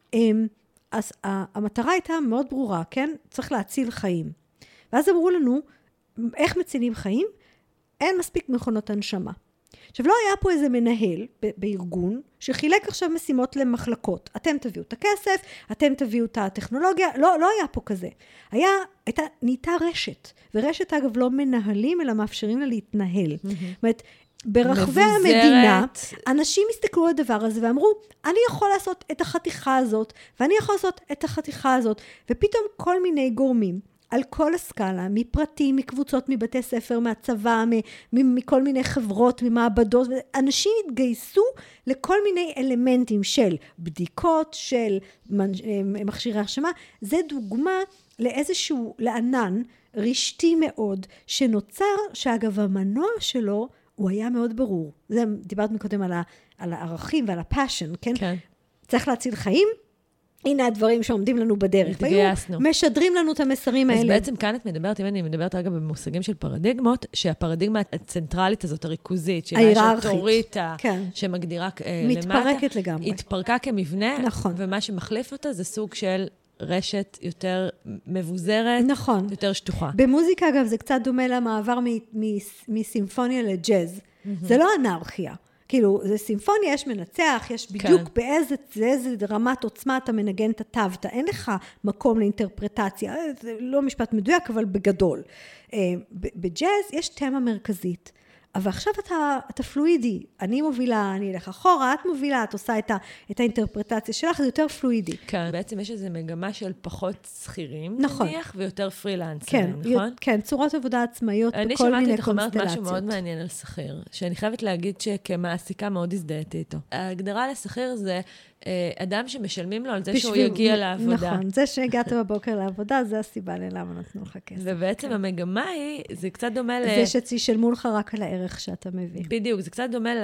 אז המטרה הייתה מאוד ברורה, כן? צריך להציל חיים. ואז אמרו לנו, איך מצילים חיים? אין מספיק מכונות הנשמה. עכשיו, לא היה פה איזה מנהל בארגון שחילק עכשיו משימות למחלקות. אתם תביאו את הכסף, אתם תביאו את הטכנולוגיה. לא היה פה כזה. נהייתה רשת. ורשת, אגב, לא מנהלים, אלא מאפשרים לה להתנהל. זאת אומרת, ברחבי המדינה, אנשים הסתכלו על הדבר הזה ואמרו, אני יכול לעשות את החתיכה הזאת, ואני יכול לעשות את החתיכה הזאת. ופתאום כל מיני גורמים על כל הסקאלה, מפרטים, מקבוצות, מבתי ספר, מהצבא, מכל מיני חברות, ממעבדות, אנשים התגייסו לכל מיני אלמנטים של בדיקות, של מכשירי הרשמה. זה דוגמה לאיזשהו, לענן רשתי מאוד, שנוצר, שאגב המנוע שלו, הוא היה מאוד ברור. זה דיברת מקודם על הערכים ועל הפאשן, כן? כן. צריך להציל חיים, הנה הדברים שעומדים לנו בדרך. התגייסנו. משדרים לנו את המסרים האלה. אז בעצם כאן את מדברת, אם אני מדברת רגע במושגים של פרדיגמות, שהפרדיגמה הצנטרלית הזאת, הריכוזית, שיש אוטוריטה, שמגדירה מתפרקת לגמרי. התפרקה כמבנה, נכון. ומה שמחליף אותה זה סוג של רשת יותר מבוזרת, נכון. יותר שטוחה. במוזיקה, אגב, זה קצת דומה למעבר מסימפוניה לג'אז. זה לא אנרכיה. כאילו, זה סימפוניה, יש מנצח, יש בדיוק באיזה רמת עוצמה אתה מנגן את הטבטה. אין לך מקום לאינטרפרטציה. זה לא משפט מדויק, אבל בגדול. בג'אז יש תמה מרכזית. אבל עכשיו אתה פלואידי, אני מובילה, אני אלך אחורה, את מובילה, את עושה את האינטרפרטציה שלך, זה יותר פלואידי. כן, בעצם יש איזו מגמה של פחות שכירים, נכון. נניח, ויותר פרילנסרים, נכון? כן, צורות עבודה עצמאיות בכל מיני קונסטלציות. אני שמעתי לך אומרת משהו מאוד מעניין על שכיר, שאני חייבת להגיד שכמעסיקה מאוד הזדהיתי איתו. ההגדרה לשכיר זה אדם שמשלמים לו על זה שהוא יגיע לעבודה. נכון, זה שהגעת בבוקר לעבודה, זה הסיבה ללמה נתנו לך כסף. ובעצם המגמה היא, זה קצת דומה זה שתשלמו לך רק על הערך שאתה מביא. בדיוק, זה קצת דומה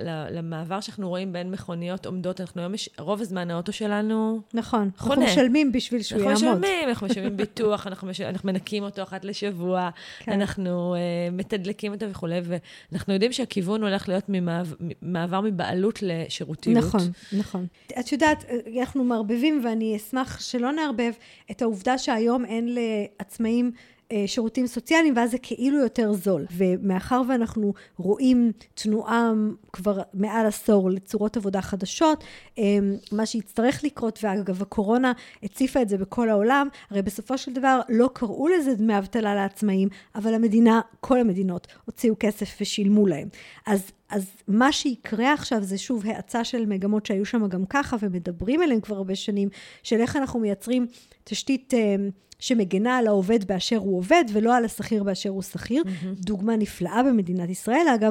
למעבר שאנחנו רואים בין מכוניות עומדות, אנחנו היום, רוב הזמן האוטו שלנו נכון, חונה. אנחנו משלמים בשביל שהוא יעמוד. אנחנו משלמים ביטוח, אנחנו מנקים אותו אחת לשבוע, אנחנו מתדלקים אותו וכו', ואנחנו יודעים שהכיוון הולך להיות ממעבר מבעלות לשירותיות. נכון. את יודעת, אנחנו מערבבים, ואני אשמח שלא נערבב את העובדה שהיום אין לעצמאים שירותים סוציאליים, ואז זה כאילו יותר זול. ומאחר ואנחנו רואים תנועה כבר מעל עשור לצורות עבודה חדשות, מה שיצטרך לקרות, ואגב, הקורונה הציפה את זה בכל העולם, הרי בסופו של דבר לא קראו לזה דמי אבטלה לעצמאים, אבל המדינה, כל המדינות, הוציאו כסף ושילמו להם. אז מה שיקרה עכשיו זה שוב האצה של מגמות שהיו שם גם ככה, ומדברים עליהם כבר הרבה שנים, של איך אנחנו מייצרים תשתית שמגנה על העובד באשר הוא עובד, ולא על השכיר באשר הוא שכיר. דוגמה נפלאה במדינת ישראל, אגב,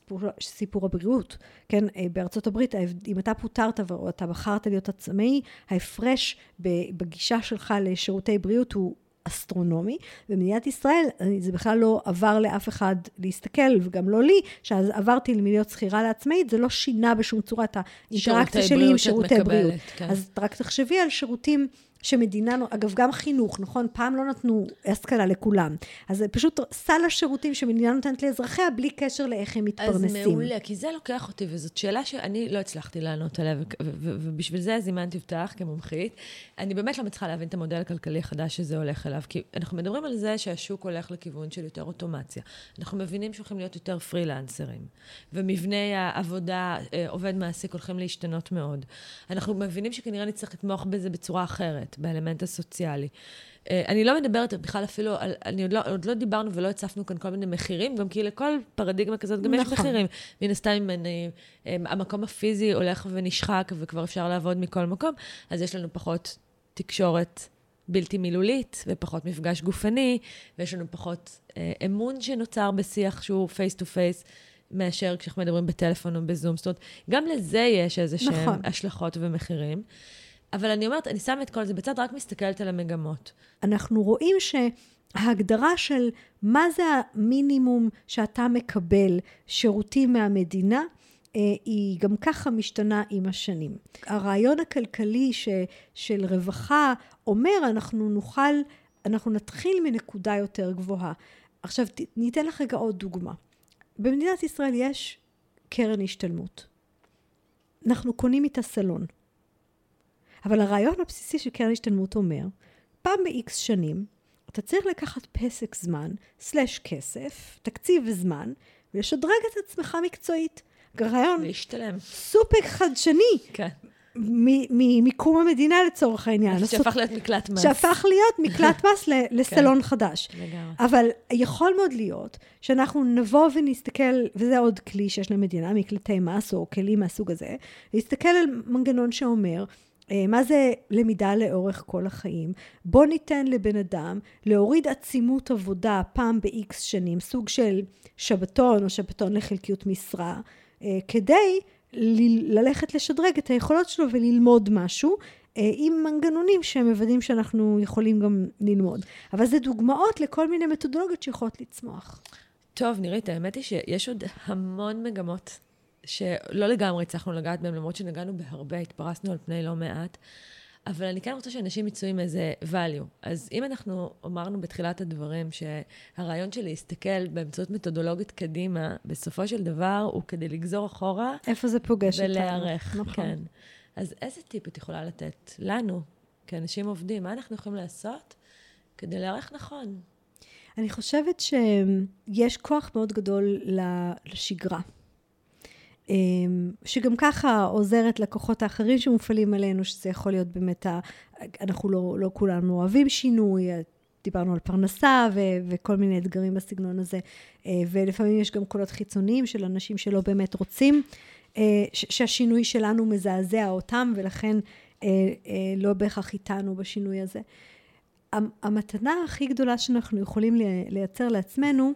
סיפור הבריאות. כן, בארצות הברית, אם אתה פוטרת או אתה בחרת להיות עצמאי, ההפרש בגישה שלך לשירותי בריאות הוא אסטרונומי. במדינת ישראל, זה בכלל לא עבר לאף אחד להסתכל, וגם לא לי, שאז עברתי להיות שכירה לעצמאית, זה לא שינה בשום צורה את האינטראקציה שלי עם שירותי בריאות. כן. אז רק תחשבי על שירותים שמדינה, אגב, גם חינוך, נכון? פעם לא נתנו השכלה לכולם. אז זה פשוט סל השירותים שמדינה נותנת לאזרחיה, בלי קשר לאיך הם מתפרנסים. אז מעולה, כי זה לוקח אותי, וזאת שאלה שאני לא הצלחתי לענות עליה, ובשביל זה זימנתי אותך כמומחית. אני באמת לא מצליחה להבין את המודל הכלכלי החדש שזה הולך אליו, כי אנחנו מדברים על זה שהשוק הולך לכיוון של יותר אוטומציה. אנחנו מבינים שהולכים להיות יותר פרילנסרים, ומבני העבודה, עובד מעסיק, הולכים להשתנות מאוד. אנחנו מבינים שכנראה נצטרך לתמוך בזה בצורה אחרת. באלמנט הסוציאלי. אני לא מדברת בכלל אפילו, עוד לא דיברנו ולא הצפנו כאן כל מיני מחירים, גם כי לכל פרדיגמה כזאת גם יש מחירים. מן הסתם, המקום הפיזי הולך ונשחק, וכבר אפשר לעבוד מכל מקום, אז יש לנו פחות תקשורת בלתי מילולית, ופחות מפגש גופני, ויש לנו פחות אמון שנוצר בשיח שהוא פייס טו פייס, מאשר כשאנחנו מדברים בטלפון או בזום. זאת אומרת, גם לזה יש איזשהם השלכות ומחירים. אבל אני אומרת, אני שמה את כל זה בצד, רק מסתכלת על המגמות. אנחנו רואים שההגדרה של מה זה המינימום שאתה מקבל שירותים מהמדינה, היא גם ככה משתנה עם השנים. הרעיון הכלכלי של רווחה אומר, אנחנו נתחיל מנקודה יותר גבוהה. עכשיו, ניתן לך רגע עוד דוגמה. במדינת ישראל יש קרן השתלמות. אנחנו קונים איתה סלון. אבל הרעיון הבסיסי של קרן השתלמות אומר, פעם ב-X שנים, אתה צריך לקחת פסק זמן, /כסף, תקציב וזמן, ולשדרג את עצמך מקצועית. רעיון להשתלם. סופר חדשני. כן. ממיקום המדינה לצורך העניין. שהפך להיות מקלט מס. שהפך להיות מקלט מס לסלון חדש. לגמרי. אבל יכול מאוד להיות שאנחנו נבוא ונסתכל, וזה עוד כלי שיש למדינה, מקלטי מס או כלים מהסוג הזה, להסתכל על מנגנון שאומר, מה זה למידה לאורך כל החיים? בוא ניתן לבן אדם להוריד עצימות עבודה פעם ב-X שנים, סוג של שבתון או שבתון לחלקיות משרה, כדי ללכת לשדרג את היכולות שלו וללמוד משהו, עם מנגנונים שהם מוודאים שאנחנו יכולים גם ללמוד. אבל זה דוגמאות לכל מיני מתודולוגיות שיכולות לצמוח. טוב, נירית, האמת היא שיש עוד המון מגמות שלא לגמרי הצלחנו לגעת בהם, למרות שנגענו בהרבה, התפרסנו על פני לא מעט, אבל אני כן רוצה שאנשים יצאו עם איזה value. אז אם אנחנו אמרנו בתחילת הדברים שהרעיון של להסתכל באמצעות מתודולוגית קדימה, בסופו של דבר הוא כדי לגזור אחורה. איפה זה פוגש אותנו. ולהערך, נכון. כן. אז איזה טיפ את יכולה לתת לנו, כאנשים עובדים? מה אנחנו יכולים לעשות כדי להערך נכון? אני חושבת שיש כוח מאוד גדול לשגרה. שגם ככה עוזרת לכוחות האחרים שמופעלים עלינו, שזה יכול להיות באמת, אנחנו לא כולנו אוהבים שינוי, דיברנו על פרנסה וכל מיני אתגרים בסגנון הזה, ולפעמים יש גם קולות חיצוניים של אנשים שלא באמת רוצים, שהשינוי שלנו מזעזע אותם, ולכן לא בהכרח איתנו בשינוי הזה. המתנה הכי גדולה שאנחנו יכולים לייצר לעצמנו,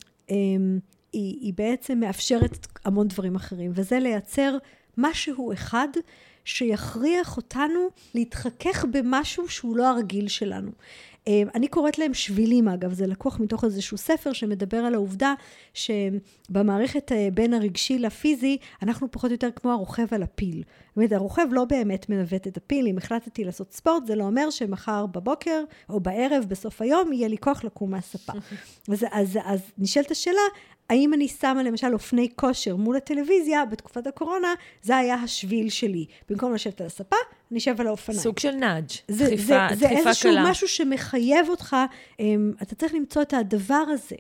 היא בעצם מאפשרת המון דברים אחרים, וזה לייצר משהו אחד שיכריח אותנו להתחכך במשהו שהוא לא הרגיל שלנו. אני קוראת להם שבילים, אגב, זה לקוח מתוך איזשהו ספר שמדבר על העובדה שבמערכת בין הרגשי לפיזי, אנחנו פחות או יותר כמו הרוכב על הפיל. זאת אומרת, הרוכב לא באמת מנווט את הפיל, אם החלטתי לעשות ספורט, זה לא אומר שמחר בבוקר או בערב, בסוף היום, יהיה לי כוח לקום מהספה. אז נשאלת השאלה, האם אני שמה למשל אופני כושר מול הטלוויזיה, בתקופת הקורונה, זה היה השביל שלי. במקום לשבת על הספה, אני אשב על האופניים. סוג של נאג', דחיפה קלה. זה איזשהו משהו שמחייב אותך, אתה צריך למצוא את הדבר הזה,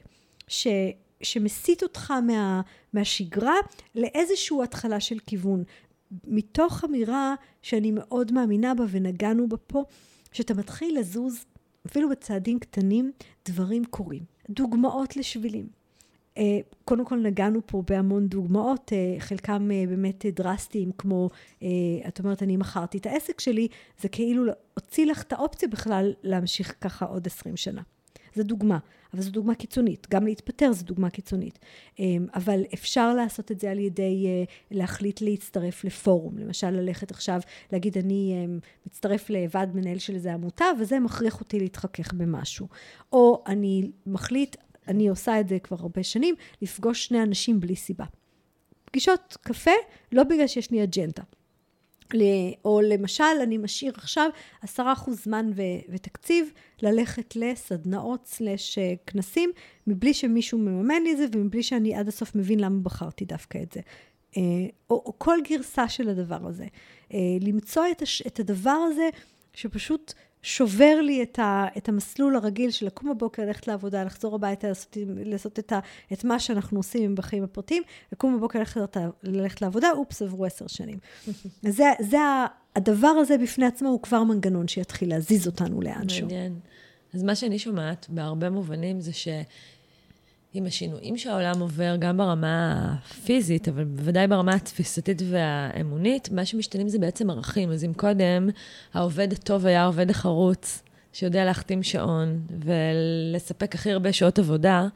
שמסית אותך מהשגרה, לאיזשהו התחלה של כיוון. מתוך אמירה שאני מאוד מאמינה בה, ונגענו בה פה, שאתה מתחיל לזוז, אפילו בצעדים קטנים, דברים קורים. דוגמאות לשבילים. קודם כל נגענו פה בהמון דוגמאות, חלקם באמת דרסטיים, כמו, את אומרת, אני מכרתי את העסק שלי, זה כאילו הוציא לך את האופציה בכלל להמשיך ככה עוד 20 שנה. זו דוגמה, אבל זו דוגמה קיצונית. גם להתפטר זו דוגמה קיצונית. אבל אפשר לעשות את זה על ידי להחליט להצטרף לפורום. למשל, ללכת עכשיו, להגיד, אני מצטרף לוועד מנהל של איזה עמותה, וזה מכריח אותי להתחכך במשהו. או אני מחליט, אני עושה את זה כבר הרבה שנים, לפגוש שני אנשים בלי סיבה. פגישות קפה, לא בגלל שיש לי אג'נדה. או למשל, אני משאיר עכשיו 10% זמן ותקציב ללכת לסדנאות / כנסים, מבלי שמישהו מממן לי את זה, ומבלי שאני עד הסוף מבין למה בחרתי דווקא את זה. או כל גרסה של הדבר הזה. למצוא את הדבר הזה שפשוט שובר לי את המסלול הרגיל של לקום בבוקר, ללכת לעבודה, לחזור הביתה, לעשות את מה שאנחנו עושים בחיים הפרטיים, לקום בבוקר, ללכת לעבודה, אופס, עברו 10 שנים. זה הדבר הזה בפני עצמו הוא כבר מנגנון שיתחיל להזיז אותנו לאנשהו. מעניין. אז מה שאני שומעת בהרבה מובנים זה עם השינויים שהעולם עובר, גם ברמה הפיזית, אבל בוודאי ברמה התפיסתית והאמונית, מה שמשתנים זה בעצם ערכים. אז אם קודם העובד הטוב היה העובד החרוץ, שיודע להחתים שעון ולספק הכי הרבה שעות עבודה,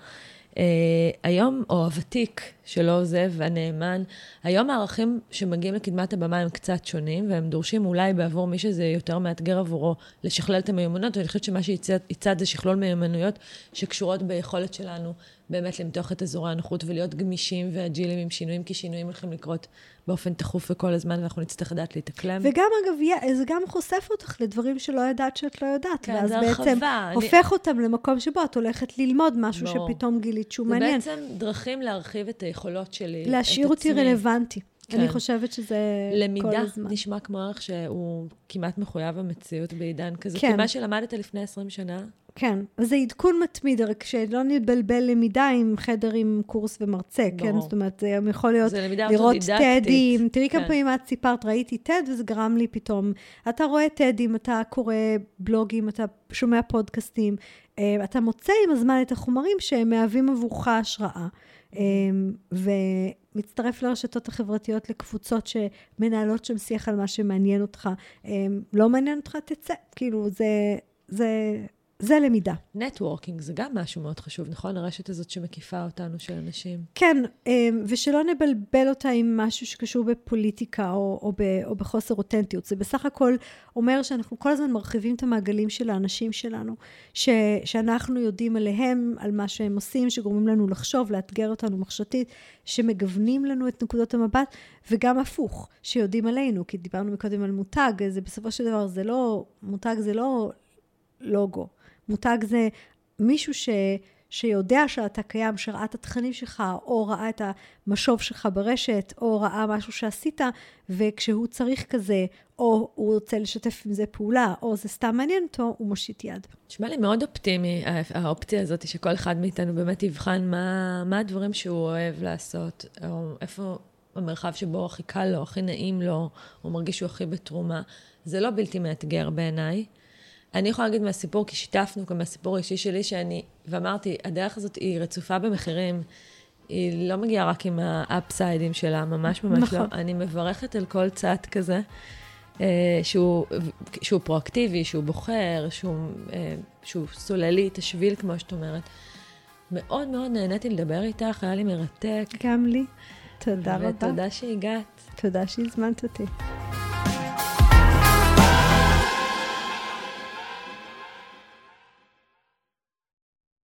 היום, או הוותיק שלא עוזב והנאמן, היום הערכים שמגיעים לקדמת הבמה הם קצת שונים, והם דורשים אולי בעבור מי שזה יותר מאתגר עבורו לשכלל את המיומנויות, ואני חושבת שמה שיצד זה שכלול מיומנויות שקשורות ביכולת שלנו באמת למתוח את אזורי הנוחות ולהיות גמישים ואג'ילים עם שינויים, כי שינויים הולכים לקרות באופן תחוף וכל הזמן, ואנחנו נצטרך לדעת להתאקלם. וגם אגב, זה גם חושף אותך לדברים שלא ידעת שאת לא יודעת, כן, ואז בעצם הופך אותם למקום שבו את הולכת ללמוד משהו שפתאום גילית שהוא מעניין. זה בעצם דרכים להרחיב את היכולות שלי, להשאיר אותי רלוונטי. אני חושבת שזה כל הזמן. למידה נשמע כמו ערך שהוא כמעט מחויב המציאות בעידן כזה, כי מה שלמדת לפני 20 שנה, כן, וזה עדכון מתמיד, רק שלא נבלבל למידה עם חדר עם קורס ומרצה, כן? זאת אומרת, זה יכול להיות לראות טדים. תראי כמה פעמים את סיפרת, ראיתי טד, וזה גרם לי פתאום. אתה רואה טדים, אתה קורא בלוגים, אתה שומע פודקאסטים, אתה מוצא עם הזמן את החומרים שהם מהווים עבורך השראה. ומצטרף לרשתות החברתיות, לקבוצות שמנהלות שם שיח על מה שמעניין אותך. לא מעניין אותך, תצא. כאילו, זה למידה. נטוורקינג זה גם משהו מאוד חשוב, נכון? הרשת הזאת שמקיפה אותנו של אנשים. כן, ושלא נבלבל אותה עם משהו שקשור בפוליטיקה או בחוסר אותנטיות. זה בסך הכל אומר שאנחנו כל הזמן מרחיבים את המעגלים של האנשים שלנו, שאנחנו יודעים עליהם, על מה שהם עושים, שגורמים לנו לחשוב, לאתגר אותנו מחשבתית, שמגוונים לנו את נקודות המבט, וגם הפוך, שיודעים עלינו, כי דיברנו מקודם על מותג, זה בסופו של דבר, מותג זה לא לוגו. מותג זה מישהו שיודע שאתה קיים, שראה את התכנים שלך, או ראה את המשוב שלך ברשת, או ראה משהו שעשית, וכשהוא צריך כזה, או הוא רוצה לשתף עם זה פעולה, או זה סתם מעניין אותו, הוא מושיט יד. נשמע לי מאוד אופטימי, האופציה הזאת, שכל אחד מאיתנו באמת יבחן מה הדברים שהוא אוהב לעשות, או איפה המרחב שבו הכי קל לו, הכי נעים לו, הוא מרגיש שהוא הכי בתרומה. זה לא בלתי מאתגר בעיניי. אני יכולה להגיד מהסיפור, כי שיתפנו כאן מהסיפור האישי שלי, ואמרתי, הדרך הזאת היא רצופה במחירים, היא לא מגיעה רק עם האפסיידים שלה, ממש נכון. לא. אני מברכת על כל צעד כזה, שהוא פרואקטיבי, שהוא בוחר, שהוא סוללי את השביל, כמו שאת אומרת. מאוד מאוד נהניתי לדבר איתך, היה לי מרתק. גם לי. תודה רבה. ותודה שהגעת. תודה שהזמנת אותי.